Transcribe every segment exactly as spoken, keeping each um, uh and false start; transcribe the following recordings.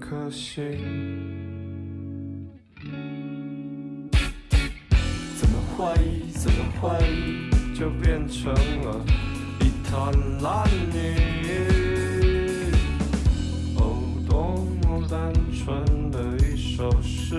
可惜，怎么怀疑怎么怀疑就变成了一滩烂泥。哦，多么单纯的一首诗。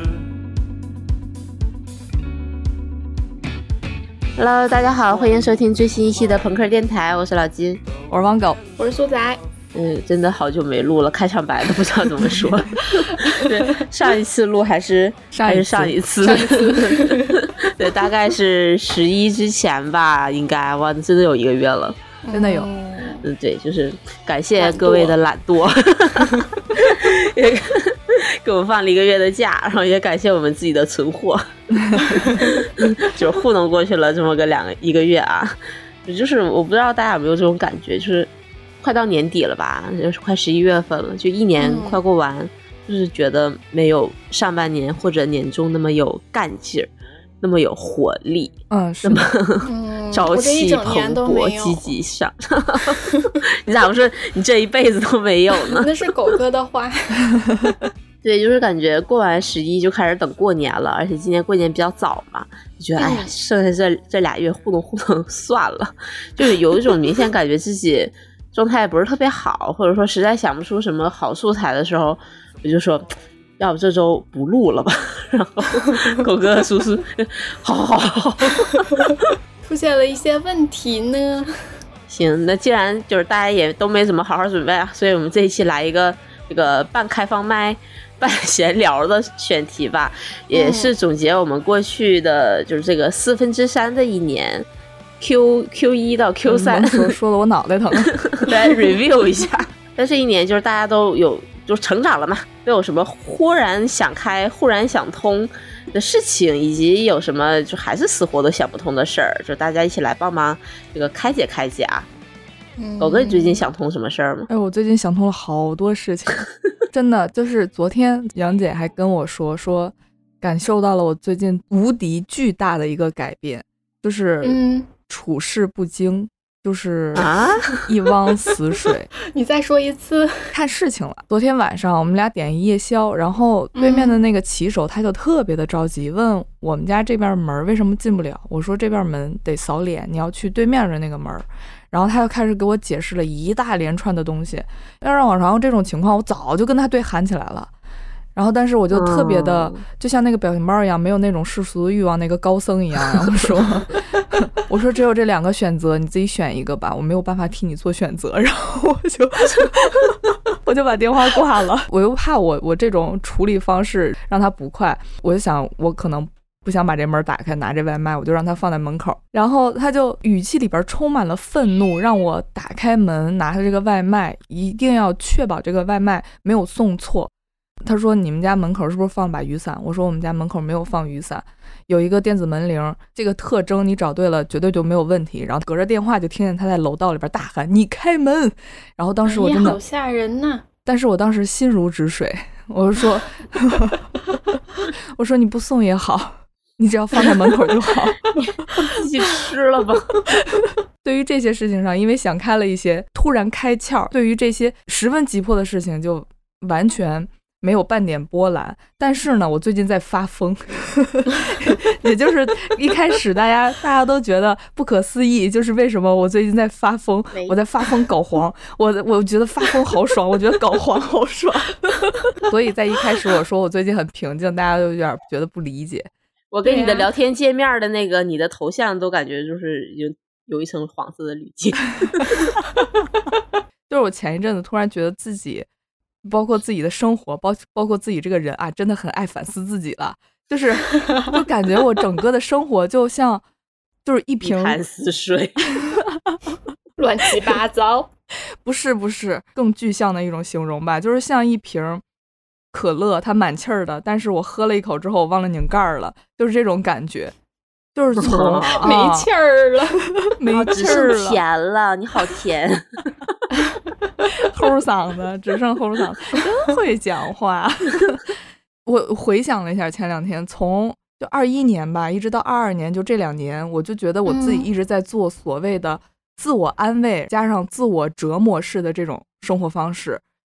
Hello， 大家好，欢迎收听最新一期的朋克电台，我是老金， 我是汪狗， 我是苏仔。 嗯，真的好久没录了，开场白都不知道怎么说。对，上一次录还是上还是上一次， 上一次对，大概是十一之前吧，应该哇，真的有一个月了， 真的有。 嗯，对，就是感谢各位的懒惰，也给我们放了一个月的假，然后也感谢我们自己的存货，就糊弄过去了这么个两个一个月啊。就是我不知道大家有没有这种感觉，就是快到年底了吧，就是快十一月份了，就一年快过完，嗯、就是觉得没有上半年或者年终那么有干劲儿，那么有活力， 嗯，是那么朝气蓬勃、积极上。你咋不说你这一辈子都没有呢？ 那是狗哥的话。 对，就是感觉过完十一就开始等过年了，而且今年过年比较早嘛，就觉得、嗯、哎呀，剩下这这俩月糊弄糊弄算了，就是有一种明显感觉自己状态不是特别好，或者说实在想不出什么好素材的时候，我就说要不这周不录了吧。然后狗哥叔叔好好好出现了一些问题呢。 行，那既然就是大家也都没怎么好好准备啊，所以我们这一期来一个这个半开放麦半闲聊的选题吧，也是总结我们过去的就是这个四分之三的一年 Q Q 一到 Q 三， 说说的我脑袋疼。 来 review 一下，但这一年就是大家都有就成长了嘛，都有什么忽然想开忽然想通的事情，以及有什么就还是死活都想不通的事儿，就大家一起来帮忙这个开解开解啊。狗哥，你最近想通什么事儿吗？ 哎，我最近想通了好多事情，真的就是昨天杨姐还跟我说说，感受到了我最近无敌巨大的一个改变，就是处事不惊，就是啊一汪死水。 你再说一次。 看事情了。昨天晚上我们俩点一夜宵，然后对面的那个骑手他就特别的着急，问我们家这边门为什么进不了。我说这边门得扫脸，你要去对面的那个门。然后他就开始给我解释了一大连串的东西，要让我然后这种情况我早就跟他对喊起来了，然后但是我就特别的、嗯、就像那个表情包一样，没有那种世俗的欲望，那个高僧一样，然后说我说只有这两个选择，你自己选一个吧，我没有办法替你做选择。然后我就我就把电话挂了，我又怕我我这种处理方式让他不快，我就想我可能不想把这门打开拿这外卖，我就让他放在门口，然后他就语气里边充满了愤怒，让我打开门拿他这个外卖，一定要确保这个外卖没有送错。他说你们家门口是不是放了把雨伞？我说我们家门口没有放雨伞，有一个电子门铃，这个特征你找对了绝对就没有问题。然后隔着电话就听见他在楼道里边大喊你开门，然后当时我真的、 哎、好吓人呐、啊！ 但是我当时心如止水，我说我说你不送也好，你只要放在门口就好。 自己吃了吧。 对于这些事情上，因为想开了一些，突然开窍，对于这些十分急迫的事情就完全没有半点波澜。但是呢，我最近在发疯。也就是一开始大家大家都觉得不可思议，就是为什么我最近在发疯，我在发疯搞黄，我我觉得发疯好爽，我觉得搞黄好爽。所以在一开始我说我最近很平静，大家就有点觉得不理解。 我跟你的聊天界面的那个、啊、你的头像都感觉就是有有一层黄色的滤镜。 就是我前一阵子突然觉得自己包括自己的生活包包括自己这个人啊，真的很爱反思自己了。就是我感觉我整个的生活就像就是一瓶一潭死水。 乱七八糟。 不是不是更具象的一种形容吧，就是像一瓶可乐，它满气儿的，但是我喝了一口之后我忘了拧盖儿了，就是这种感觉，就是从、 哦啊、没气儿了。 没气儿了， 只剩甜了，你好甜。 齁嗓子，只剩齁嗓子，真会讲话。我回想了一下前两天，从就二一年吧一直到二二年，就这两年我就觉得我自己一直在做所谓的自我安慰加上自我折磨式的这种生活方式，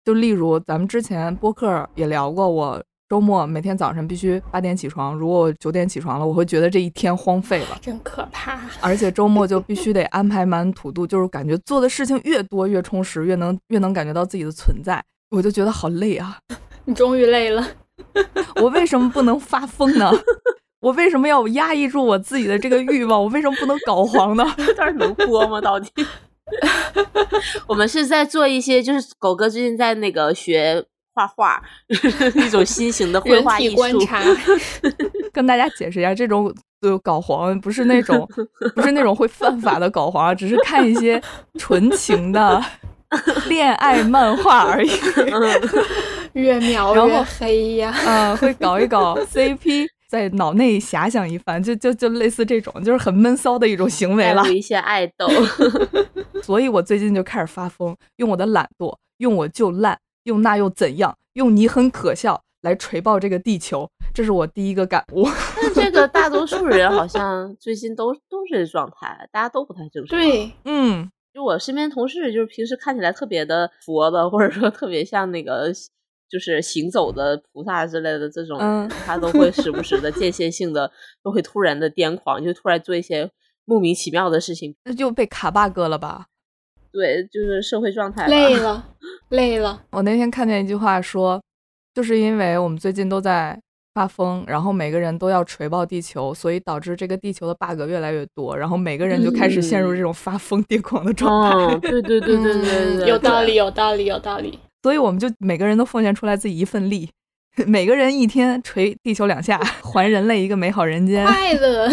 就例如咱们之前播客也聊过，我周末每天早上必须八点起床，如果我九点起床了，我会觉得这一天荒废了， 真可怕。 而且周末就必须得安排满土度，就是感觉做的事情越多越充实，越能越能感觉到自己的存在，我就觉得好累啊。 你终于累了。 我为什么不能发疯呢？我为什么要压抑住我自己的这个欲望？我为什么不能搞黄呢？ 到底能播吗？到底？我们是在做一些，就是狗哥最近在那个学画画，一种新型的绘画艺术。 人体观察。 跟大家解释一下，这种呃搞黄不是那种不是那种会犯法的搞黄，只是看一些纯情的恋爱漫画而已。 越描越黑呀。 嗯，会搞一搞 C P。在脑内遐想一番，就就就类似这种，就是很闷骚的一种行为了， 有一些爱豆。 所以我最近就开始发疯，用我的懒惰，用我就烂，用那又怎样，用你很可笑来锤爆这个地球，这是我第一个感悟。 但这个大多数人好像最近都都是这状态，大家都不太正常。 对， 嗯， 就我身边同事，就是平时看起来特别的佛的，或者说特别像那个。就是行走的菩萨之类的这种人，嗯、他都会时不时的间歇性的都会突然的癫狂，就突然做一些莫名其妙的事情。 那就被卡 bug 了吧？ 对，就是社会状态累了，累了。 我那天看见一句话说，就是因为我们最近都在发疯，然后每个人都要锤爆地球，所以导致这个地球的 bug 越来越多，然后每个人就开始陷入这种发疯癫狂的状态。 嗯、对对对对对对， 有道理，有道理，有道理。 所以我们就每个人都奉献出来自己一份力，每个人一天锤地球两下，还人类一个美好人间， 快乐。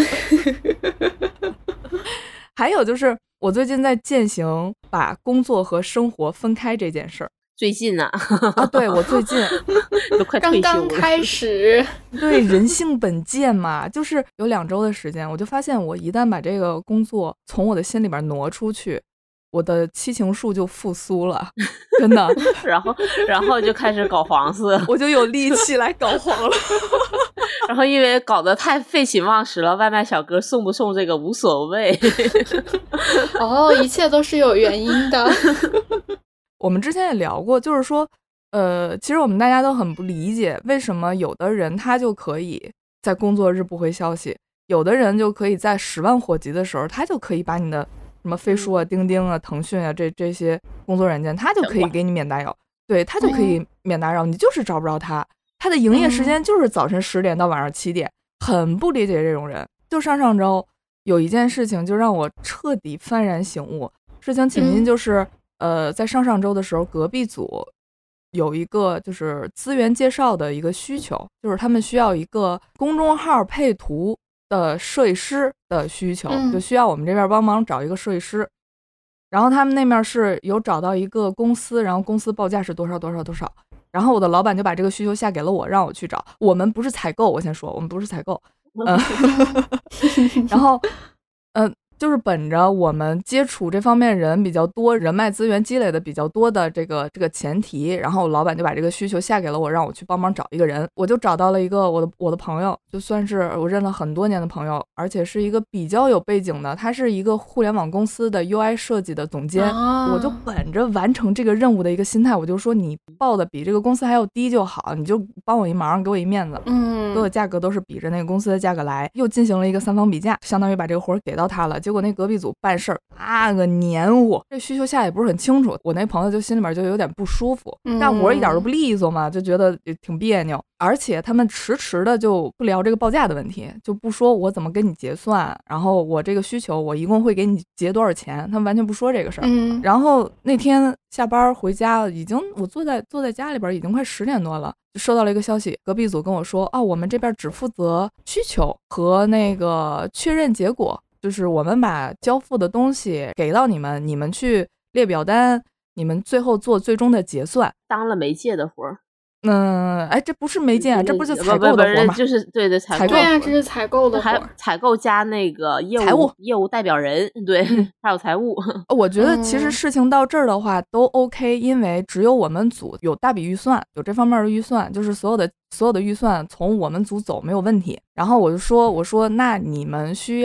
还有就是我最近在践行把工作和生活分开这件事儿。 最近啊， 啊，对，我最近都快退休了， 刚刚开始。 对，人性本贱嘛，就是有两周的时间，我就发现我一旦把这个工作从我的心里边挪出去，我的七情树就复苏了，真的。 然后，然后就开始搞黄色， 我就有力气来搞黄了。 然后因为搞得太废寝忘食了，外卖小哥送不送这个无所谓。 哦，一切都是有原因的。 我们之前也聊过，就是说，呃，其实我们大家都很不理解，为什么有的人他就可以在工作日不回消息，有的人就可以在十万火急的时候，他就可以把你的什么飞书啊、钉钉啊、腾讯啊这这些工作软件，他就可以给你免打扰，对，他就可以免打扰，你就是找不着他，他的营业时间就是早晨十点到晚上七点，很不理解这种人。就上上周有一件事情就让我彻底幡然醒悟，事情起因就是、嗯、呃，在上上周的时候，隔壁组有一个就是资源介绍的一个需求，就是他们需要一个公众号配图的设计师的需求，就需要我们这边帮忙找一个设计师。然后他们那边是有找到一个公司，然后公司报价是多少多少多少，然后我的老板就把这个需求下给了我，让我去找。我们不是采购，我先说，我们不是采购，嗯、呃，然后，嗯、呃。就是本着我们接触这方面人比较多，人脉资源积累的比较多的这个这个前提，然后老板就把这个需求下给了我，让我去帮忙找一个人。我就找到了一个我的我的朋友，就算是我认了很多年的朋友，而且是一个比较有背景的，他是一个互联网公司的 U I 设计的总监。啊、我就本着完成这个任务的一个心态，我就说你报的比这个公司还要低就好，你就帮我一忙，给我一面子。嗯，所有价格都是比着那个公司的价格来，又进行了一个三方比价，相当于把这个活给到他了。结果那隔壁组办事儿那个黏糊，这需求下也不是很清楚，我那朋友就心里面就有点不舒服，干活一点都不利索嘛，就觉得挺别扭。而且他们迟迟的就不聊这个报价的问题，就不说我怎么跟你结算，然后我这个需求我一共会给你结多少钱，他们完全不说这个事儿。嗯，然后那天下班回家，已经我坐在坐在家里边已经快十点多了，就收到了一个消息，隔壁组跟我说，哦，我们这边只负责需求和那个确认结果，就是我们把交付的东西给到你们，你们去列表单，你们最后做最终的结算， 当了媒介的活儿。 嗯，哎，这不是媒介啊，这不是采购的活吗？ 就是对对，采购。 对啊，这是采购的活。 还采购加那个业务财务业务代表人，对，还有财务。 我觉得其实事情到这儿的话都 OK， 因为只有我们组有大笔预算，有这方面的预算，就是所有的所有的预算从我们组走没有问题。然后我就说，我说那你们需要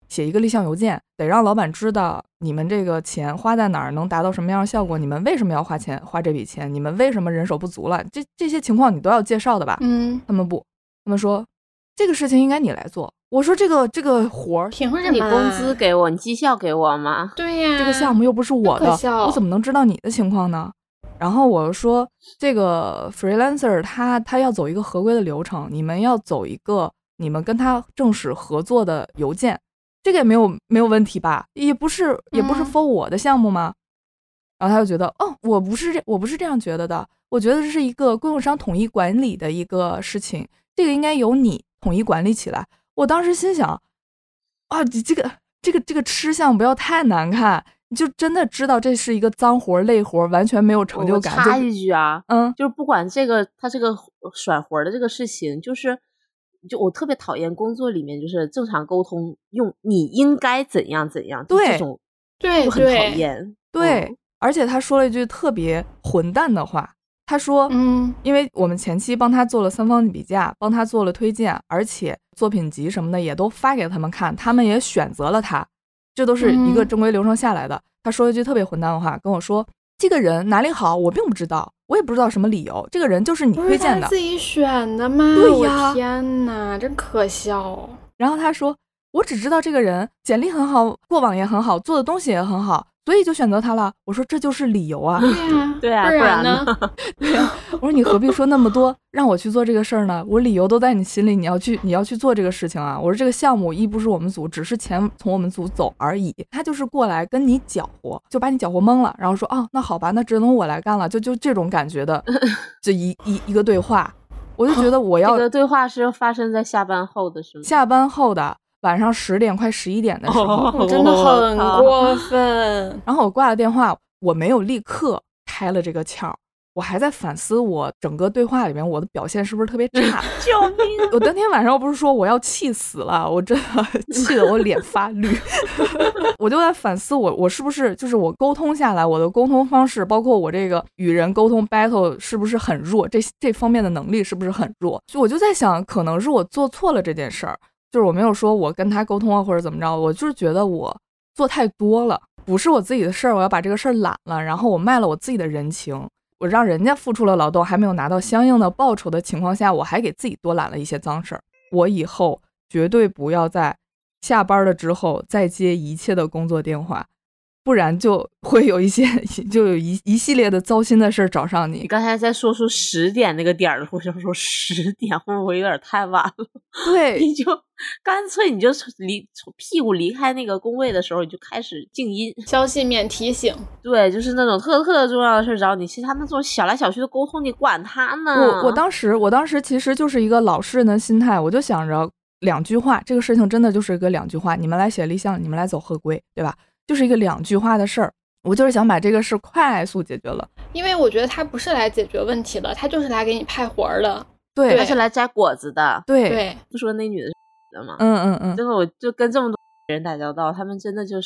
写一个立项邮件，得让老板知道你们这个钱花在哪儿能达到什么样的效果，你们为什么要花钱花这笔钱，你们为什么人手不足了，这这些情况你都要介绍的吧。 嗯， 他们不，他们说这个事情应该你来做。我说这个这个活儿， 凭什么？ 你工资给我，你绩效给我吗？ 对呀， 这个项目又不是我的，我怎么能知道你的情况呢？然后我说这个 freelancer 他他要走一个合规的流程，你们要走一个你们跟他正式合作的邮件，这个也没有没有问题吧？也不是也不是 for 我的项目吗？嗯、然后他就觉得哦，我不是这我不是这样觉得的，我觉得这是一个供应商统一管理的一个事情，这个应该由你统一管理起来。我当时心想啊，你这个这个这个吃相不要太难看。你就真的知道这是一个脏活累活，完全没有成就感。 我插一句啊， 嗯， 就是不管这个他这个甩活的这个事情，就是就我特别讨厌工作里面就是正常沟通用你应该怎样怎样， 对这种对就很讨厌。 对、 嗯， 而且他说了一句特别混蛋的话，他说， 嗯， 因为我们前期帮他做了三方比价，帮他做了推荐，而且作品集什么的也都发给他们看，他们也选择了他。这都是一个正规流程下来的、嗯、他说一句特别混蛋的话跟我说，这个人哪里好我并不知道，我也不知道什么理由，这个人就是你推荐的。 不是他自己选的吗？ 对呀， 我天哪，真可笑。 然后他说我只知道这个人简历很好，过往也很好，做的东西也很好，所以就选择他了。我说这就是理由啊。 对呀， 对啊， 不然呢？ 对呀，我说你何必说那么多让我去做这个事儿呢？我理由都在你心里，你要去你要去做这个事情啊。我说这个项目一不是我们组，只是钱从我们组走而已。他就是过来跟你搅和，就把你搅和懵了，然后说哦那好吧，那只能我来干了，就就这种感觉的这一一一个对话，我就觉得我要、 哦、这个对话是发生在下班后的是吗？ 下班后的。晚上十点快十一点的时候、 哦、真的很过分。 然后我挂了电话，我没有立刻开了这个窍，我还在反思我整个对话里面我的表现是不是特别差。 救命！ 我当天晚上不是说我要气死了，我真的气得我脸发绿。我就在反思我我是不是就是我沟通下来我的沟通方式，包括我这个与人沟通 battle 是不是很弱，这这方面的能力是不是很弱。就我就在想可能是我做错了这件事儿，就是我没有说我跟他沟通啊或者怎么着，我就是觉得我做太多了，不是我自己的事儿，我要把这个事儿揽了，然后我卖了我自己的人情，我让人家付出了劳动还没有拿到相应的报酬的情况下，我还给自己多揽了一些脏事儿。我以后绝对不要在下班了之后再接一切的工作电话，不然就会有一些就有一一系列的糟心的事找上你。 你刚才在说出十点那个点儿的时候，我想说十点会不会有点太晚了？ 对， 你就干脆你就离从屁股离开那个工位的时候，你就开始静音， 消息免提醒。 对，就是那种特特重要的事找你，其他那种小来小去的沟通，你管他呢？ 我我当时我当时其实就是一个老实人的心态，我就想着两句话，这个事情真的就是一个两句话，你们来写立项，你们来走合规，对吧？就是一个两句话的事儿，我就是想把这个事快速解决了。 因为我觉得他不是来解决问题的，他就是来给你派活儿的。 对， 他是来摘果子的。 对对， 不说那女的的嘛， 嗯嗯嗯， 真的，我就跟这么多人打交道，他们真的就是，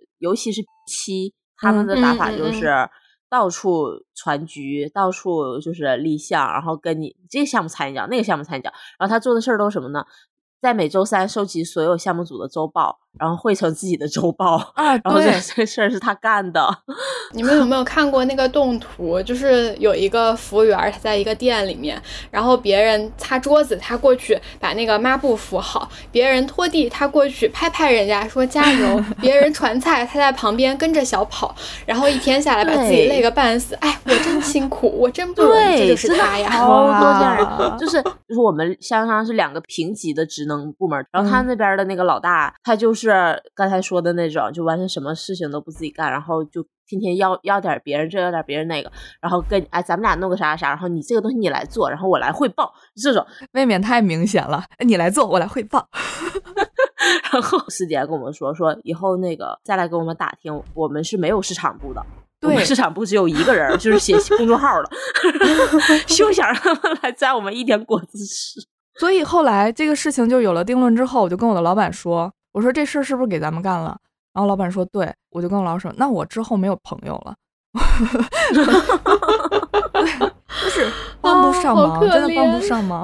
尤其是七，他们的打法就是到处传局，嗯、到处就是立项，然后跟你这个项目参一脚，那个项目参一脚，然后他做的事儿都是什么呢？在每周三收集所有项目组的周报，然后汇成自己的周报啊， 然后这这事儿是他干的。 你们有没有看过那个动图？就是有一个服务员他在一个店里面，然后别人擦桌子，他过去把那个抹布扶好；别人拖地，他过去拍拍人家说加油；别人传菜，他在旁边跟着小跑。然后一天下来把自己累个半死，哎，我真辛苦，我真不容易，这就是他呀。 好多这样人，就是就是我们相当是两个平级的职能部门，然后他那边的那个老大，嗯、他就是刚才说的那种，就完全什么事情都不自己干，然后就天天要要点别人这要点别人那个，然后跟哎咱们俩弄个啥啥，然后你这个东西你来做，然后我来汇报，这种未免太明显了，你来做我来汇报。 然后师姐跟我们说说以后那个再来给我们打听，我们是没有市场部的。 对， 我们市场部只有一个人，就是写公众号的，休想让他们来摘我们一点果子吃。 所以后来这个事情就有了定论之后，我就跟我的老板说，我说这事是不是给咱们干了？然后老板说对，我就跟我老板说，那我之后没有朋友了。就是帮不上忙、哦、真的帮不上忙。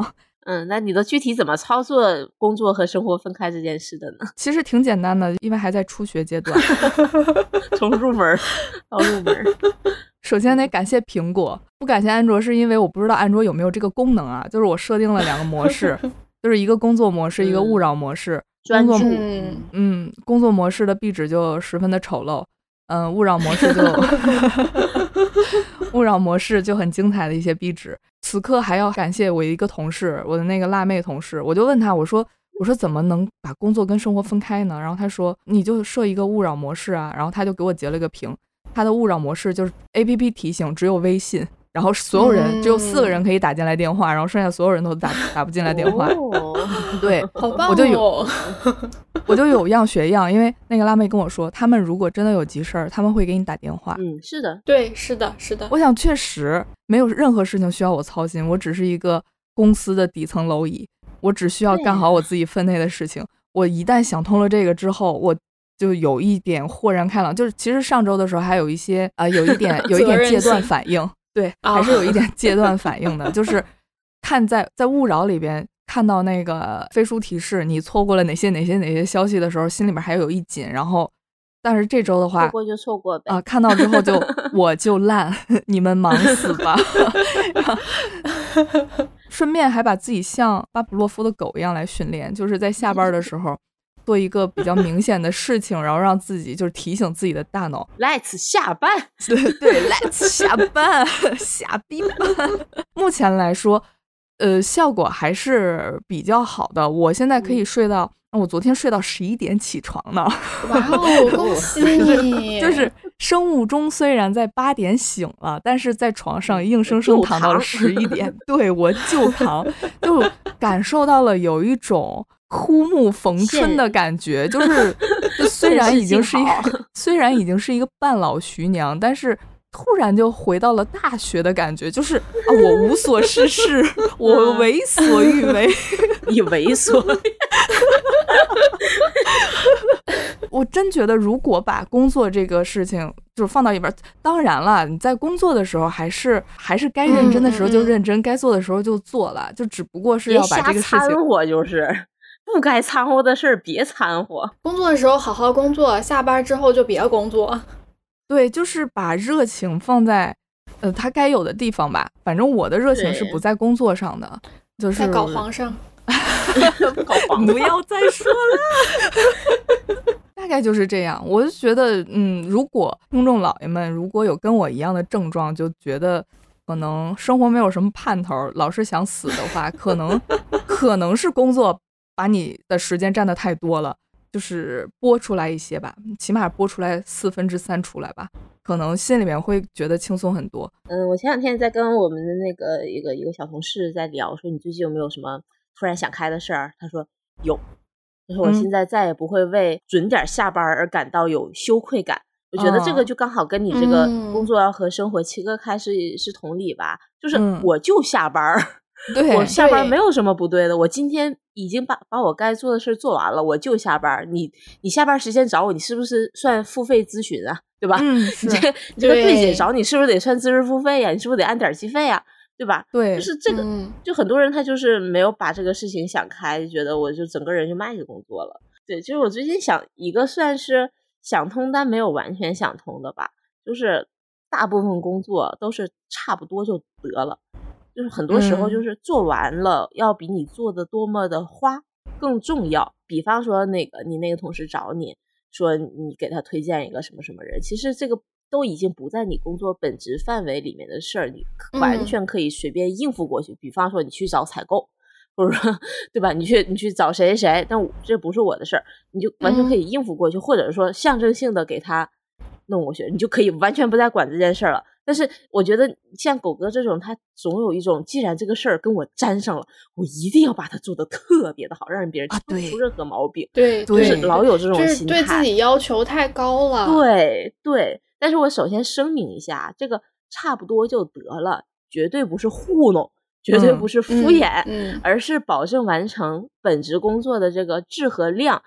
嗯，那你都具体怎么操作工作和生活分开这件事的呢？ 其实挺简单的，因为还在初学阶段。 从入门到入门。 首先得感谢苹果，不感谢安卓是因为我不知道安卓有没有这个功能啊。就是我设定了两个模式，就是一个工作模式，一个勿扰模式。 专注， 嗯，工作模式的壁纸就十分的丑陋，嗯，勿扰模式就勿扰模式就很精彩的一些壁纸。此刻还要感谢我一个同事，我的那个辣妹同事，我就问他，我说我说怎么能把工作跟生活分开呢？然后他说你就设一个勿扰模式啊，然后他就给我截了个屏，他的勿扰模式就是 A P P 提醒只有微信，然后所有人、嗯、只有四个人可以打进来电话，然后剩下所有人都打打不进来电话。 哦、 对， 好棒哦！ 我就有我就有样学样，因为那个辣妹跟我说，他们如果真的有急事儿，他们会给你打电话。 嗯，是的， 对，是的，是的。 我想确实没有任何事情需要我操心，我只是一个公司的底层蝼蚁，我只需要干好我自己分内的事情。我一旦想通了这个之后，我就有一点豁然开朗。就是其实上周的时候还有一些啊、呃，有一点有一点戒断反应，对，还是有一点戒断反应的。就是看在在勿扰里边看到那个飞书提示你错过了哪些哪些哪些消息的时候，心里面还有一紧。然后但是这周的话， 错过就错过呗啊、呃，看到之后就我就烂，你们忙死吧。顺便还把自己像巴甫洛夫的狗一样来训练，就是在下班的时候做一个比较明显的事情，然后让自己就是提醒自己的大脑 Let's 下班。 对对 Let's 下班下逼班。目前来说呃，效果还是比较好的。我现在可以睡到、嗯、我昨天睡到十一点起床呢。 哇哦，恭喜你！ 就是生物钟虽然在八点醒了，但是在床上硬生生躺到了十一点。对，我就躺，就感受到了有一种枯木逢春的感觉。就是就虽然已经是一个虽然已经是一个半老徐娘，但是突然就回到了大学的感觉，就是啊，我无所事事，我为所欲为。 你为所我真觉得如果把工作这个事情就是放到一边，当然了，你在工作的时候还是还是该认真的时候就认真、嗯嗯、该做的时候就做了，就只不过是要把这个事情别掺和，就是不该掺和的事儿别掺和。 工作的时候好好工作，下班之后就别工作。 对，就是把热情放在呃他该有的地方吧。反正我的热情是不在工作上的，就是在搞皇上。 搞皇不要再说了。大概就是这样。我就觉得嗯，如果听众老爷们如果有跟我一样的症状，就觉得可能生活没有什么盼头，老是想死的话，可能可能是工作把你的时间占得太多了，就是拨出来一些吧，起码拨出来四分之三出来吧，可能心里面会觉得轻松很多。 嗯，我前两天在跟我们的那个一个一个小同事在聊，说你最近有没有什么突然想开的事儿？他说有，他说我现在再也不会为准点下班而感到有羞愧感。嗯、我觉得这个就刚好跟你这个工作和生活切割开是、嗯、是同理吧，就是我就下班。 嗯、对， 我下班没有什么不对的，我今天已经把把我该做的事做完了，我就下班。你你下班时间找我，你是不是算付费咨询啊？对吧？ 嗯， 你这你这个对姐找你是不是得算知识付费呀、啊？你是不是得按点计费啊？对吧？ 对， 就是这个、嗯，就很多人他就是没有把这个事情想开，就觉得我就整个人就卖给工作了。对，就是我最近想一个算是想通但没有完全想通的吧，就是大部分工作都是差不多就得了。就是很多时候就是做完了、嗯、要比你做的多么的花更重要。比方说那个你那个同事找你说你给他推荐一个什么什么人，其实这个都已经不在你工作本职范围里面的事儿，你完全可以随便应付过去、嗯、比方说你去找采购，或者说对吧，你去你去找谁谁，但这不是我的事儿，你就完全可以应付过去、嗯、或者说象征性的给他弄过去，你就可以完全不再管这件事儿了。但是我觉得像狗哥这种，他总有一种既然这个事儿跟我沾上了，我一定要把它做得特别的好，让人别人挑不出任何毛病、 啊、对， 就是老有这种心态， 对自己要求太高了。 对对，但是我首先声明一下，这个差不多就得了绝对不是糊弄，绝对不是敷衍、 嗯嗯嗯、 而是保证完成本职工作的这个质和量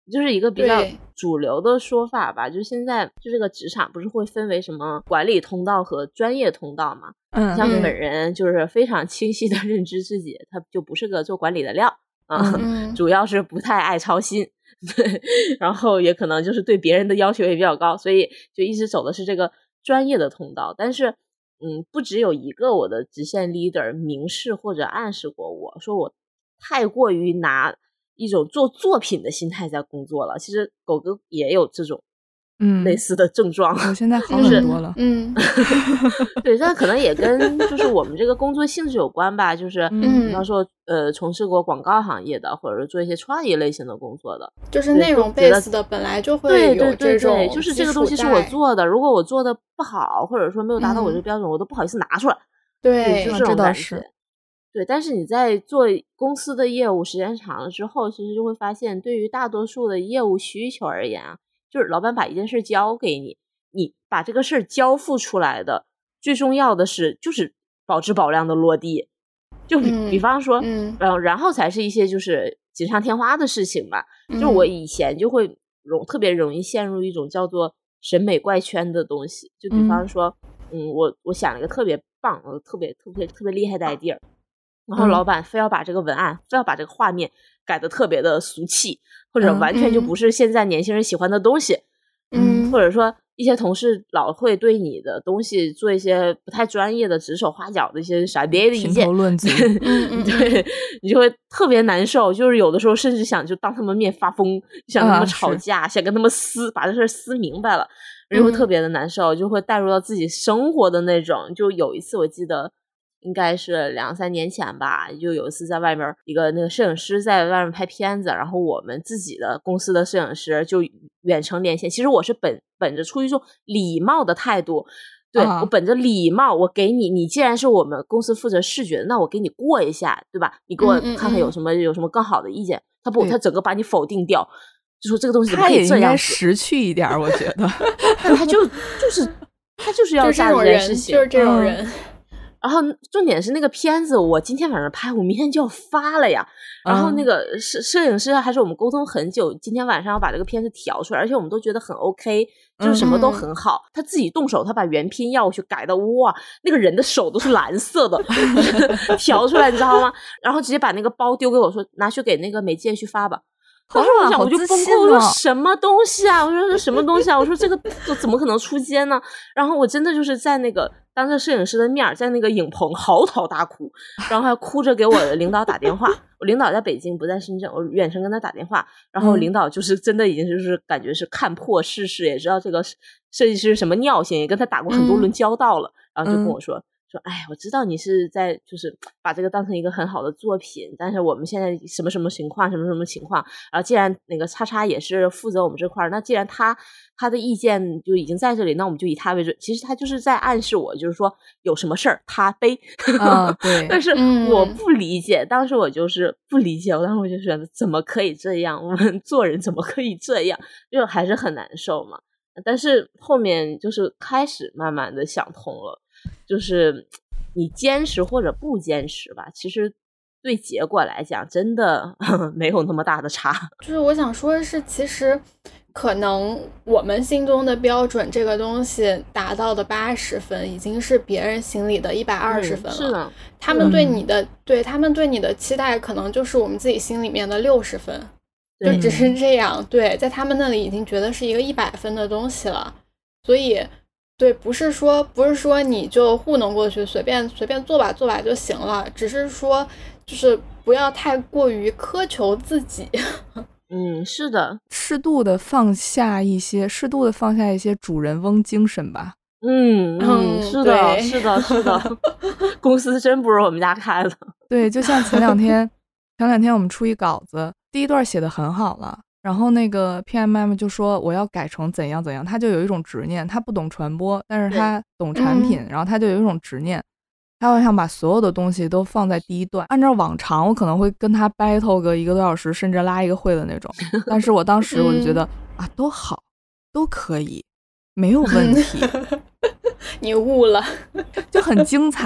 就是一个比较对主流的说法吧。就现在就这个职场不是会分为什么管理通道和专业通道嘛？ 嗯， 像嗯本人就是非常清晰的认知自己，他就不是个做管理的料啊， 嗯主要是不太爱操心，对，然后也可能就是对别人的要求也比较高，所以就一直走的是这个专业的通道。但是，嗯，不只有一个我的直线 leader 明示或者暗示过我说我太过于拿一种做作品的心态在工作了。其实狗哥也有这种嗯类似的症状， 我现在好就是很多了。 嗯对，但可能也跟就是我们这个工作性质有关吧。就是嗯比方说，呃，从事过广告行业的，或者是做一些创意类型的工作的， 就是内容对就觉得 base 的本来就会有对对对这种对，就是这个东西是我做的，如果我做的不好，或者说没有达到我这个标准，我都不好意思拿出来。 对就啊这种感这倒是觉。对，但是你在做公司的业务时间长了之后，其实就会发现，对于大多数的业务需求而言啊，就是老板把一件事交给你，你把这个事儿交付出来的，最重要的是就是保质保量的落地。就比、 嗯比方说， 嗯然后然后才是一些就是锦上添花的事情吧。 嗯就我以前就会容特别容易陷入一种叫做审美怪圈的东西。就比方说，嗯，我我想了一个特别棒、呃特别特别特别厉害的 idea，然后嗯老板非要把这个文案，非要把这个画面改得特别的俗气，或者嗯完全就嗯不是现在年轻人喜欢的东西。 嗯或者说一些同事老会对你的东西做一些不太专业的指手画脚的一些傻逼的意见评头，论足。 嗯嗯对，你就会特别难受，就是有的时候甚至想就当他们面发疯，想跟他啊们吵是架，想跟他们撕，把这事儿撕明白了，然后会特别的难受，就会带入到自己生活的那种。就有一次我记得应该是两三年前吧，就有一次在外面一个那个摄影师在外面拍片子，然后我们自己的公司的摄影师就远程连线。其实我是本本着出于一种礼貌的态度，对、 啊我本着礼貌，我给你，你既然是我们公司负责视觉的，那我给你过一下，对吧？你给我嗯嗯看看有嗯什么有什么更好的意见。他不， 对他整个把你否定掉，就说这个东西怎么他也应该可以这样子？ 识趣一点儿，我觉得。 但他就就是他就是要就是这干种人， 这件事情， 就是这种嗯人。 然后重点是那个片子，我今天晚上拍，我明天就要发了呀。然后那个摄摄影师还是我们沟通很久，今天晚上要把这个片子调出来，而且我们都觉得很 OK，就是什么都很好。他自己动手，他把原片要去改的，哇，那个人的手都是蓝色的，调出来你知道吗？然后直接把那个包丢给我说，拿去给那个媒介去发吧。当时我想， 好我就自信崩溃，我说哦什么东西啊？我说这什么东西啊？我说这个这怎么可能出街呢？然后我真的就是在那个当着摄影师的面儿，在那个影棚嚎啕大哭，然后还哭着给我的领导打电话。我领导在北京，不在深圳，我远程跟他打电话，然后嗯领导就是真的已经就是感觉是看破世事，也知道这个设计师是什么尿性，也跟他打过很多轮交道了，然后就跟我说。说，哎，我知道你是在就是把这个当成一个很好的作品，但是我们现在什么什么情况，什么什么情况，然后既然那个叉叉也是负责我们这块儿，那既然他他的意见就已经在这里，那我们就以他为准。其实他就是在暗示我，就是说有什么事儿他背。 啊，对， 但是嗯我不理解，当时我就是不理解，我当时我就觉得怎么可以这样？我们做人怎么可以这样？就还是很难受嘛。但是后面就是开始慢慢的想通了。就是你坚持或者不坚持吧，其实对结果来讲真的呵呵没有那么大的差。 就是我想说的是，其实可能我们心中的标准这个东西达到的八十分，已经是别人心里的一百二十分了。 嗯、是的， 他们对你的、嗯、对他们对你的期待，可能就是我们自己心里面的六十分，就只是这样。对，在他们那里已经觉得是一个一百分的东西了，所以。对，不是说不是说你就糊弄过去，随便随便做吧做吧就行了，只是说就是不要太过于苛求自己。 嗯，是的， 适度的放下一些，适度的放下一些主人翁精神吧。 嗯嗯，是的，是的，是的，公司真不是我们家开的。 对，就像前两天，前两天我们出一稿子，第一段写的很好了。然后那个 P M M 就说我要改成怎样怎样，他就有一种执念，他不懂传播，但是他懂产品，嗯、然后他就有一种执念，他会想把所有的东西都放在第一段。按照往常，我可能会跟他 battle 个一个多小时，甚至拉一个会的那种。但是我当时我就觉得、嗯、啊，都好，都可以，没有问题。 你悟了， 就很精彩。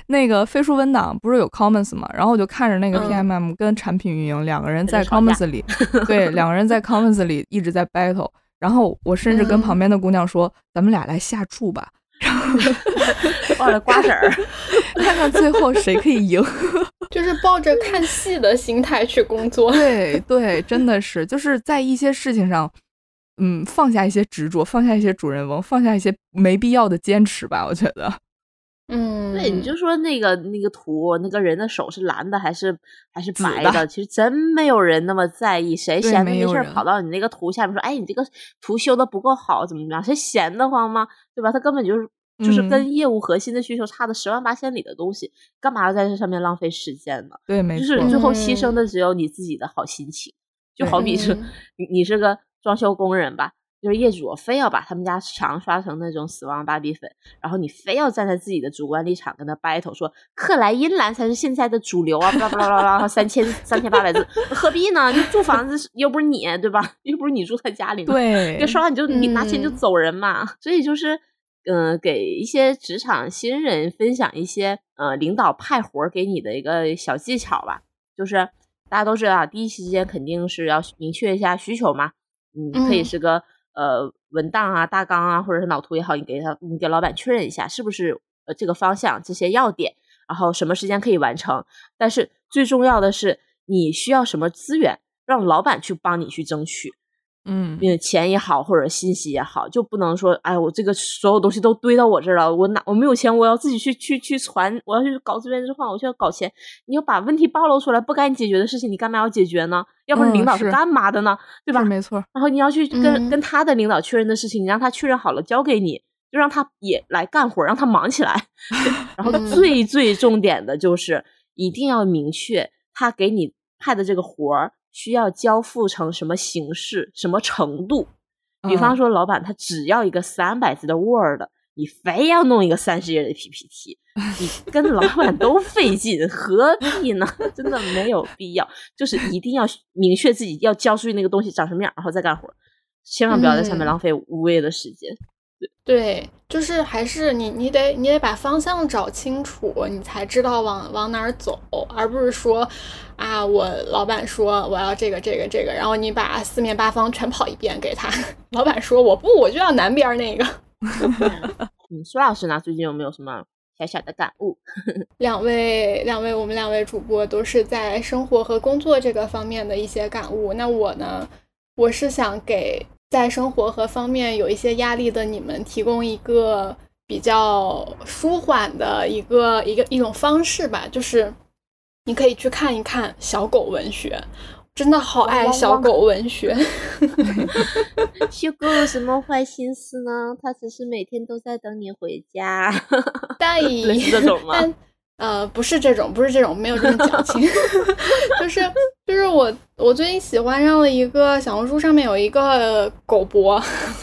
那个飞书文档不是有 Commons 吗？然后我就看着那个 P M M 跟产品运营两个人在 Commons 里，对，两个人在 Commons 里一直在 battle。然后我甚至跟旁边的姑娘说：“嗯、咱们俩来下注吧。”然后抱着瓜子儿， 看看最后谁可以赢。 就是抱着看戏的心态去工作。 对对，真的是就是在一些事情上，嗯，放下一些执着，放下一些主人翁，放下一些没必要的坚持吧，我觉得。 嗯， 对，你就说那个那个图，那个人的手是蓝的还是还是白的？ 的其实真没有人那么在意，谁闲的没事人跑到你那个图下面说：“哎，你这个图修的不够好，怎么怎么样？”谁闲得慌吗？对吧？他根本就是就是跟业务核心的需求差的十万八千里的东西，嗯、干嘛要在这上面浪费时间呢？ 对，没错， 就是最后牺牲的只有你自己的好心情。就好比是、嗯、你你是个装修工人吧。就是业主非要把他们家墙刷成那种死亡芭比粉，然后你非要站在自己的主观立场跟他 battle 说克莱因蓝才是现在的主流啊，巴拉巴拉巴拉，三千三千八百字，何必呢？你住房子又不是你，对吧？又不是你住在家里， 对， 就刷完你就你拿钱就走人嘛。嗯、所以就是，嗯、呃，给一些职场新人分享一些呃领导派活给你的一个小技巧吧。就是大家都知道，第一时间肯定是要明确一下需求嘛，嗯，可以是个。嗯呃，文档啊、大纲啊，或者是脑图也好，你给他，你给老板确认一下，是不是呃这个方向这些要点，然后什么时间可以完成。但是最重要的是，你需要什么资源，让老板去帮你去争取。 嗯， 钱也好，或者信息也好，就不能说，哎，我这个所有东西都堆到我这儿了，我哪我没有钱，我要自己去去去传，我要去搞资源置换，我需要搞钱。你要把问题暴露出来，不该你解决的事情，你干嘛要解决呢？要不然领导是干嘛的呢？ 嗯、 对吧？ 没错。 然后你要去跟、嗯、跟他的领导确认的事情，你让他确认好了交给你，就让他也来干活，让他忙起来。然后最最重点的就是一定要明确他给你派的这个活儿。需要交付成什么形式什么程度，比方说老板他只要一个三百字的 Word、嗯、你非要弄一个三十页的 P P T， 你跟老板都费劲何必呢？真的没有必要，就是一定要明确自己要交出去那个东西长什么样，然后再干活，千万不要在上面浪费无谓的时间。 对对，就是还是你你得你得把方向找清楚，你才知道往往哪儿走，而不是说啊，我老板说我要这个这个这个，然后你把四面八方全跑一遍给他，老板说我不我就要南边那个。 嗯，苏老师呢，最近有没有什么小小的感悟？ 两位两位我们两位主播都是在生活和工作这个方面的一些感悟，那我呢，我是想给在生活和方面有一些压力的你们提供一个比较舒缓的一个一个一种方式吧，就是你可以去看一看小狗文学，真的好爱小狗文学。 小狗有什么坏心思呢？它只是每天都在等你回家。 但类似这种吗？ 但呃，不是这种，不是这种，没有这么矫情。就是就是我我最近喜欢上了一个小红书上面有一个狗博，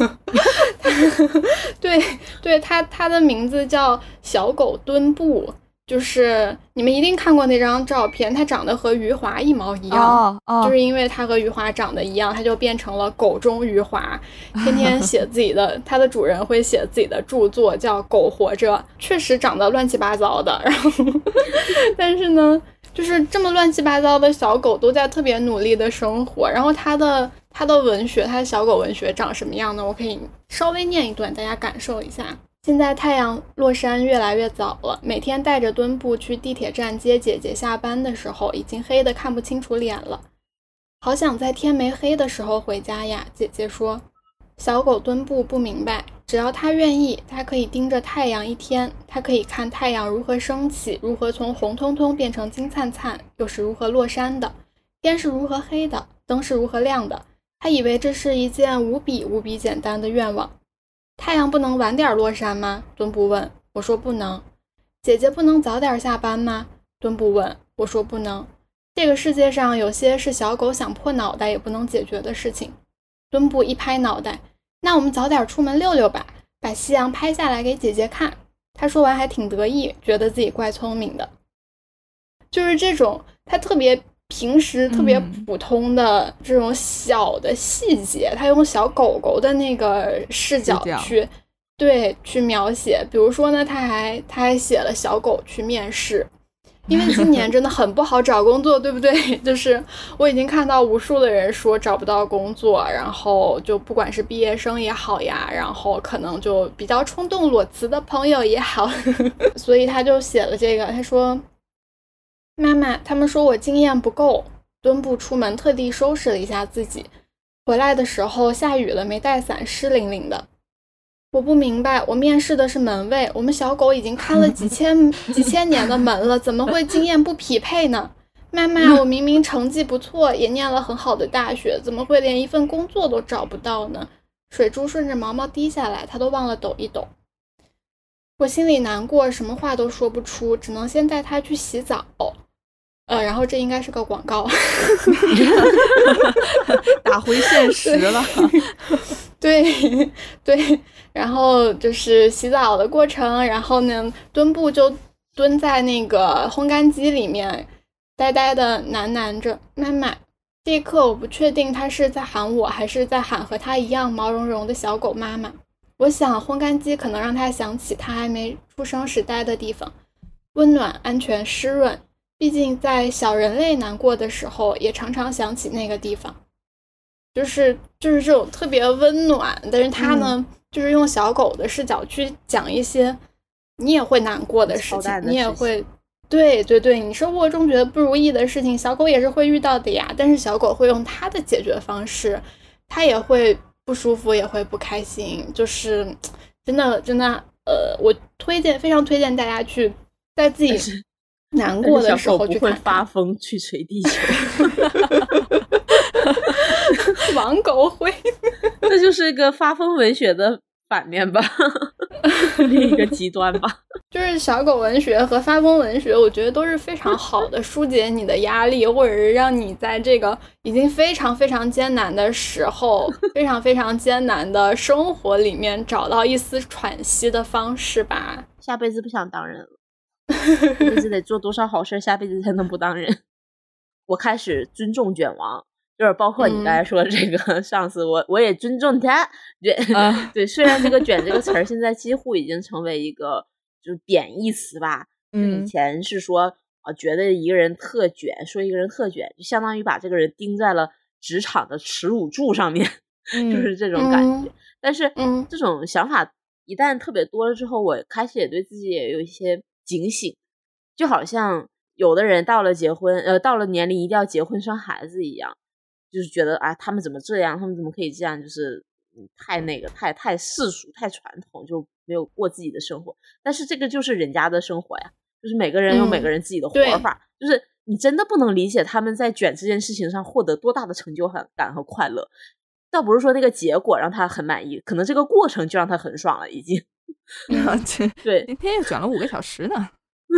对对，他他的名字叫小狗墩布。就是你们一定看过那张照片，它长得和余华一毛一样， oh, oh. 就是因为它和余华长得一样，它就变成了狗中余华，天天写自己的它的主人会写自己的著作叫狗活着，确实长得乱七八糟的，然后但是呢就是这么乱七八糟的小狗都在特别努力的生活，然后它的它的文学，它的小狗文学长什么样呢？我可以稍微念一段大家感受一下。现在太阳落山越来越早了，每天带着墩布去地铁站接姐姐下班的时候，已经黑得看不清楚脸了。好想在天没黑的时候回家呀，姐姐说。小狗墩布不明白，只要它愿意，它可以盯着太阳一天，它可以看太阳如何升起，如何从红彤彤变成金灿灿，又是如何落山的，天是如何黑的，灯是如何亮的。它以为这是一件无比无比简单的愿望。太阳不能晚点落山吗？墩布问。我说不能。姐姐不能早点下班吗？墩布问。我说不能。这个世界上有些是小狗想破脑袋也不能解决的事情。墩布一拍脑袋，那我们早点出门溜溜吧，把夕阳拍下来给姐姐看。他说完还挺得意，觉得自己怪聪明的。就是这种他特别平时特别普通的这种小的细节，他用小狗狗的那个视角去对，去描写。比如说呢，他还他还写了小狗去面试。因为今年真的很不好找工作，对不对？就是我已经看到无数的人说找不到工作，然后就不管是毕业生也好呀，然后可能就比较冲动裸辞的朋友也好，所以他就写了这个，他说：“妈妈，他们说我经验不够，蹲步出门，特地收拾了一下自己，回来的时候下雨了，没带伞，湿淋淋的。我不明白，我面试的是门卫，我们小狗已经看了几千几千年的门了，怎么会经验不匹配呢？妈妈，我明明成绩不错，也念了很好的大学，怎么会连一份工作都找不到呢？”水珠顺着毛毛滴下来，他都忘了抖一抖。我心里难过，什么话都说不出，只能先带他去洗澡。呃，然后这应该是个广告， 打回现实了。 对对，然后就是洗澡的过程，然后呢，蹲步就蹲在那个烘干机里面，呆呆的喃喃着妈妈。这一刻我不确定他是在喊我，还是在喊和他一样毛茸茸的小狗妈妈。我想烘干机可能让他想起他还没出生时待的地方，温暖、安全、湿润。毕竟在小人类难过的时候，也常常想起那个地方。就是就是这种特别温暖，但是他呢、嗯、就是用小狗的视角去讲一些你也会难过的事情， 的事情你也会对对对，你生活中觉得不如意的事情，小狗也是会遇到的呀。但是小狗会用它的解决方式，它也会不舒服，也会不开心。就是真的真的，呃，我推荐非常推荐大家去在自己难过的时候去看看。 小狗不会发疯去捶地球。 王狗会， 这就是一个发疯文学的反面吧，另一个极端吧。 就是小狗文学和发疯文学，我觉得都是非常好的疏解你的压力，或者是让你在这个已经非常非常艰难的时候，非常非常艰难的生活里面找到一丝喘息的方式吧。 下辈子不想当人了，这辈子得做多少好事，下辈子才能不当人。我开始尊重卷王。就是包括你刚才说这个、嗯、上司我我也尊重他卷、啊、对，虽然这个卷这个词儿现在几乎已经成为一个就是贬义词吧，嗯，以前是说啊觉得一个人特卷，说一个人特卷就相当于把这个人钉在了职场的耻辱柱上面、嗯、就是这种感觉、嗯、但是嗯这种想法一旦特别多了之后，我开始也对自己也有一些警醒，就好像有的人到了结婚呃到了年龄一定要结婚生孩子一样，就是觉得啊，他们怎么这样？他们怎么可以这样？就是太那个，太太世俗，太传统，就没有过自己的生活。但是这个就是人家的生活呀，就是每个人有每个人自己的活法。嗯、就是你真的不能理解他们在卷这件事情上获得多大的成就感和快乐。倒不是说那个结果让他很满意，可能这个过程就让他很爽了，已经。 嗯、 对， 今天又卷了五个小时呢。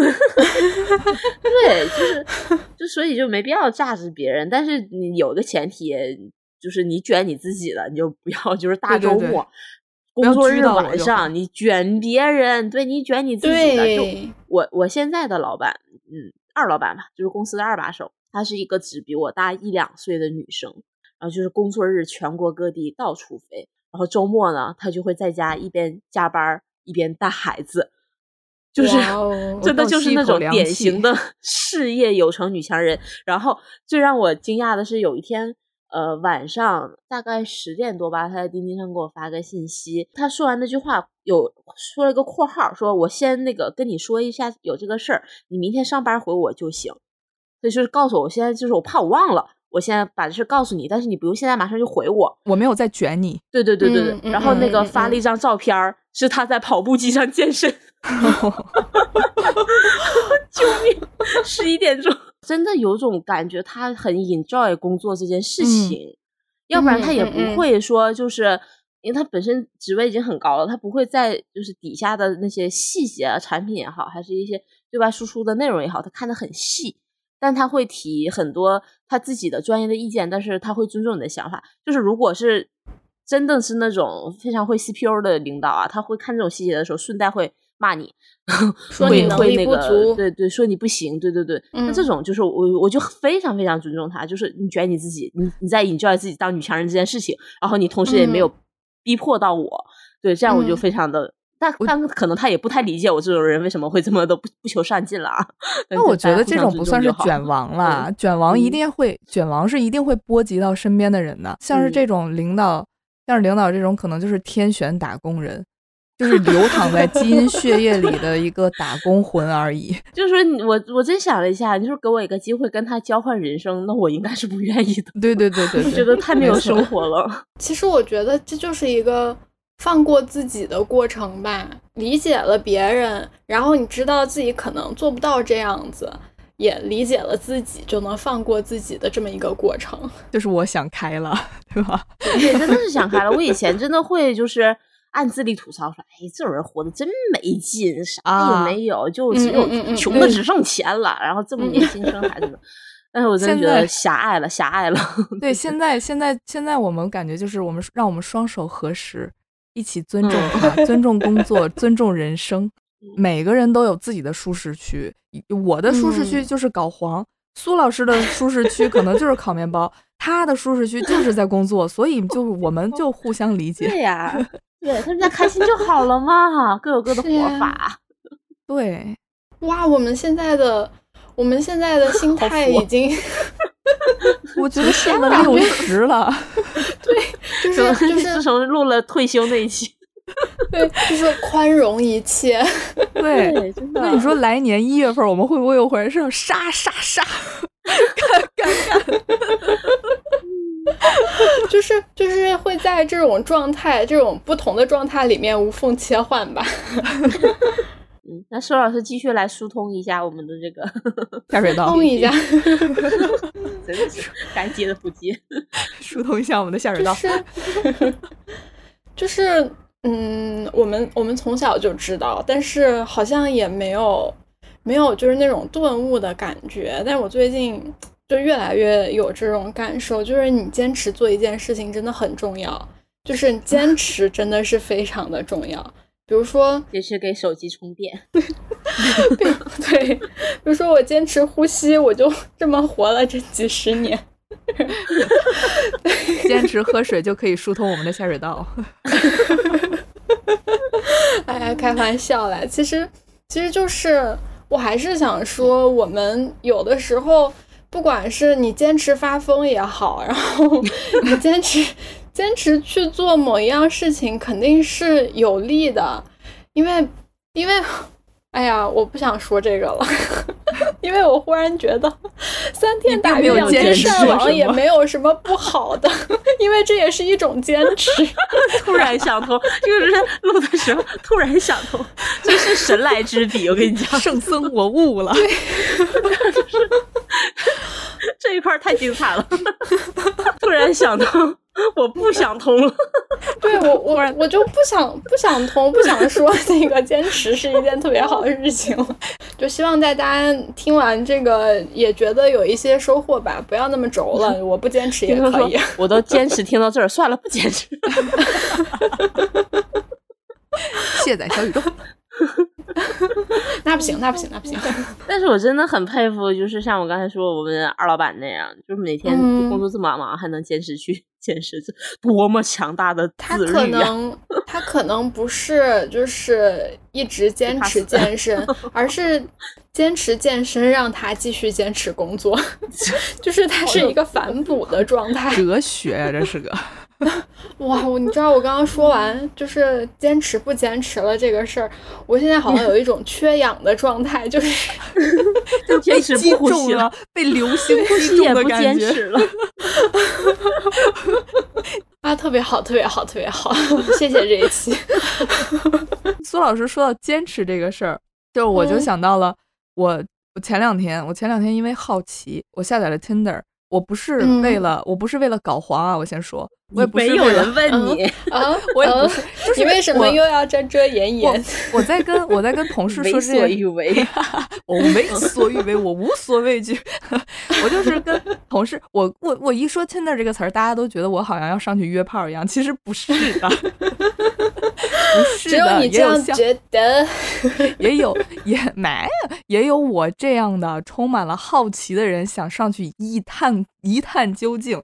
对，就是就所以就没必要榨汁别人，但是你有一个前提，就是你卷你自己了，你就不要就是大周末对对对工作日晚上你卷别人，对，你卷你自己的。就我我现在的老板，嗯，二老板吧，就是公司的二把手，她是一个只比我大一两岁的女生，然后就是工作日全国各地到处飞，然后周末呢，她就会在家一边加班一边带孩子。就是真的就是那种典型的事业有成女强人。然后最让我惊讶的是有一天呃晚上大概十点多吧，他在钉钉上给我发个信息，他说完那句话有说了一个括号，说我先那个跟你说一下有这个事儿，你明天上班回我就行。所以就是告诉我，我现在就是我怕我忘了，我现在把这事告诉你，但是你不用现在马上就回我， 我没有在卷你。 对对对对对、嗯、然后那个发了一张照片、嗯、是他在跑步机上健身。救命！十一点钟，真的有种感觉，他很 enjoy 工作这件事情、嗯、要不然他也不会说就是、嗯、因为他本身职位已经很高了，他不会在就是底下的那些细节啊，产品也好，还是一些对外输出的内容也好，他看得很细，但他会提很多他自己的专业的意见，但是他会尊重你的想法。就是如果是真的是那种非常会 C P U 的领导啊，他会看这种细节的时候顺带会骂你， 说你能力不足， 那个、对对，说你不行，对对对。嗯、那这种就是我我就非常非常尊重他，就是你卷你自己，你你在 enjoy 自己当女强人这件事情，然后你同时也没有逼迫到我， 对，这样我就非常的、嗯、但但可能他也不太理解我这种人为什么会这么的不不求上进了啊。 那我觉得这种不算是卷王啦、嗯、卷王一定会、嗯、卷王是一定会波及到身边的人的，像是这种领导、嗯、像是领导这种可能就是天选打工人，就是流淌在基因血液里的一个打工魂而已。 就是说我我真想了一下，你说给我一个机会跟他交换人生，那我应该是不愿意的。 对对对对对， 觉得太没有生活了。 其实我觉得这就是一个放过自己的过程吧，理解了别人，然后你知道自己可能做不到这样子，也理解了自己，就能放过自己的这么一个过程。 就是我想开了，对吧？ 对，真的是想开了。我以前真的会就是暗自里吐槽说，哎，这种人活得真没劲，啥也没有、啊、就只有穷的只剩钱了、嗯、然后这么年轻生孩子的。但是我真的觉得狭隘了狭隘了。 对，现在现在现在我们感觉就是我们让我们双手合十，一起尊重他、嗯、尊重工作尊重人生。每个人都有自己的舒适区，我的舒适区就是搞黄、嗯、苏老师的舒适区可能就是烤面包他的舒适区就是在工作，所以就我们就互相理解。 对呀、啊，对，大家开心就好了嘛，各有各的活法。 对， 哇，我们现在的我们现在的心态已经我觉得上了六十了。 对，就是就是自从录了退休那一期。 对，就是宽容一切。 对，真的。那你说来年一月份我们会不会又回来上杀杀杀干干干？ 就是就是会在这种状态这种不同的状态里面无缝切换吧。 嗯，那苏老师继续来疏通一下我们的这个下水道， 通一下。 真的是该接的不接， 疏通一下我们的下水道。 就是就是嗯，我们我们从小就知道，但是好像也没有没有就是那种顿悟的感觉。但是我最近就越来越有这种感受，就是你坚持做一件事情真的很重要，就是你坚持真的是非常的重要。比如说也是给手机充电。 对对，比如说我坚持呼吸，我就这么活了这几十年。 坚持喝水就可以疏通我们的下水道。 哎呀，开玩笑啦，其实其实就是我还是想说，我们有的时候不管是你坚持发疯也好，然后你坚持坚持去做某一样事情肯定是有利的，因为因为哎呀，我不想说这个了。因为我忽然觉得三天打鱼两天晒网也没有什么不好的，因为这也是一种坚持。 突然想通，就是录的时候突然想通，这是神来之笔，我跟你讲， 圣僧我悟了。 这一块太精彩了。突然想通，我不想通了。 对，我我我就不想不想通，不想说那个坚持是一件特别好的事情。就希望大家听完这个也觉得有一些收获吧，不要那么轴了。我不坚持也可以。 我都坚持听到这儿，算了，不坚持。 卸载小宇宙。 那不行，那不行，那不行。 但是我真的很佩服，就是像我刚才说我们二老板那样，就是每天工作这么忙，嗯、还能坚持去健身，多么强大的自律啊！ 他可能他可能不是就是一直坚持健身，而是坚持健身让他继续坚持工作，就是他是一个反哺的状态。 哲学呀、啊，这是个。 哇，你知道我刚刚说完就是坚持不坚持了这个事儿，我现在好像有一种缺氧的状态，就是坚持不呼吸了，被流星呼吸也不坚持了。 啊，特别好，特别好，特别好，谢谢这一期。 苏老师说到坚持这个事儿，就我就想到了、嗯、我我前两天我前两天因为好奇，我下载了 Tinder。我不是为了、嗯、我不是为了搞黄啊！我先说，我也不是没有人问你啊， 我也不是，就是你为什么又要遮遮掩掩？ 我, 我在跟我在跟同事说这些， 为所欲为， 我为所欲为，我无所畏惧。我就是跟同事，我我我一说 Tinder 这个词儿，大家都觉得我好像要上去约炮一样，其实不是的，不是的， 只有你这样觉得， 也有也没也有我这样的充满了好奇的人想上去一探一探究竟。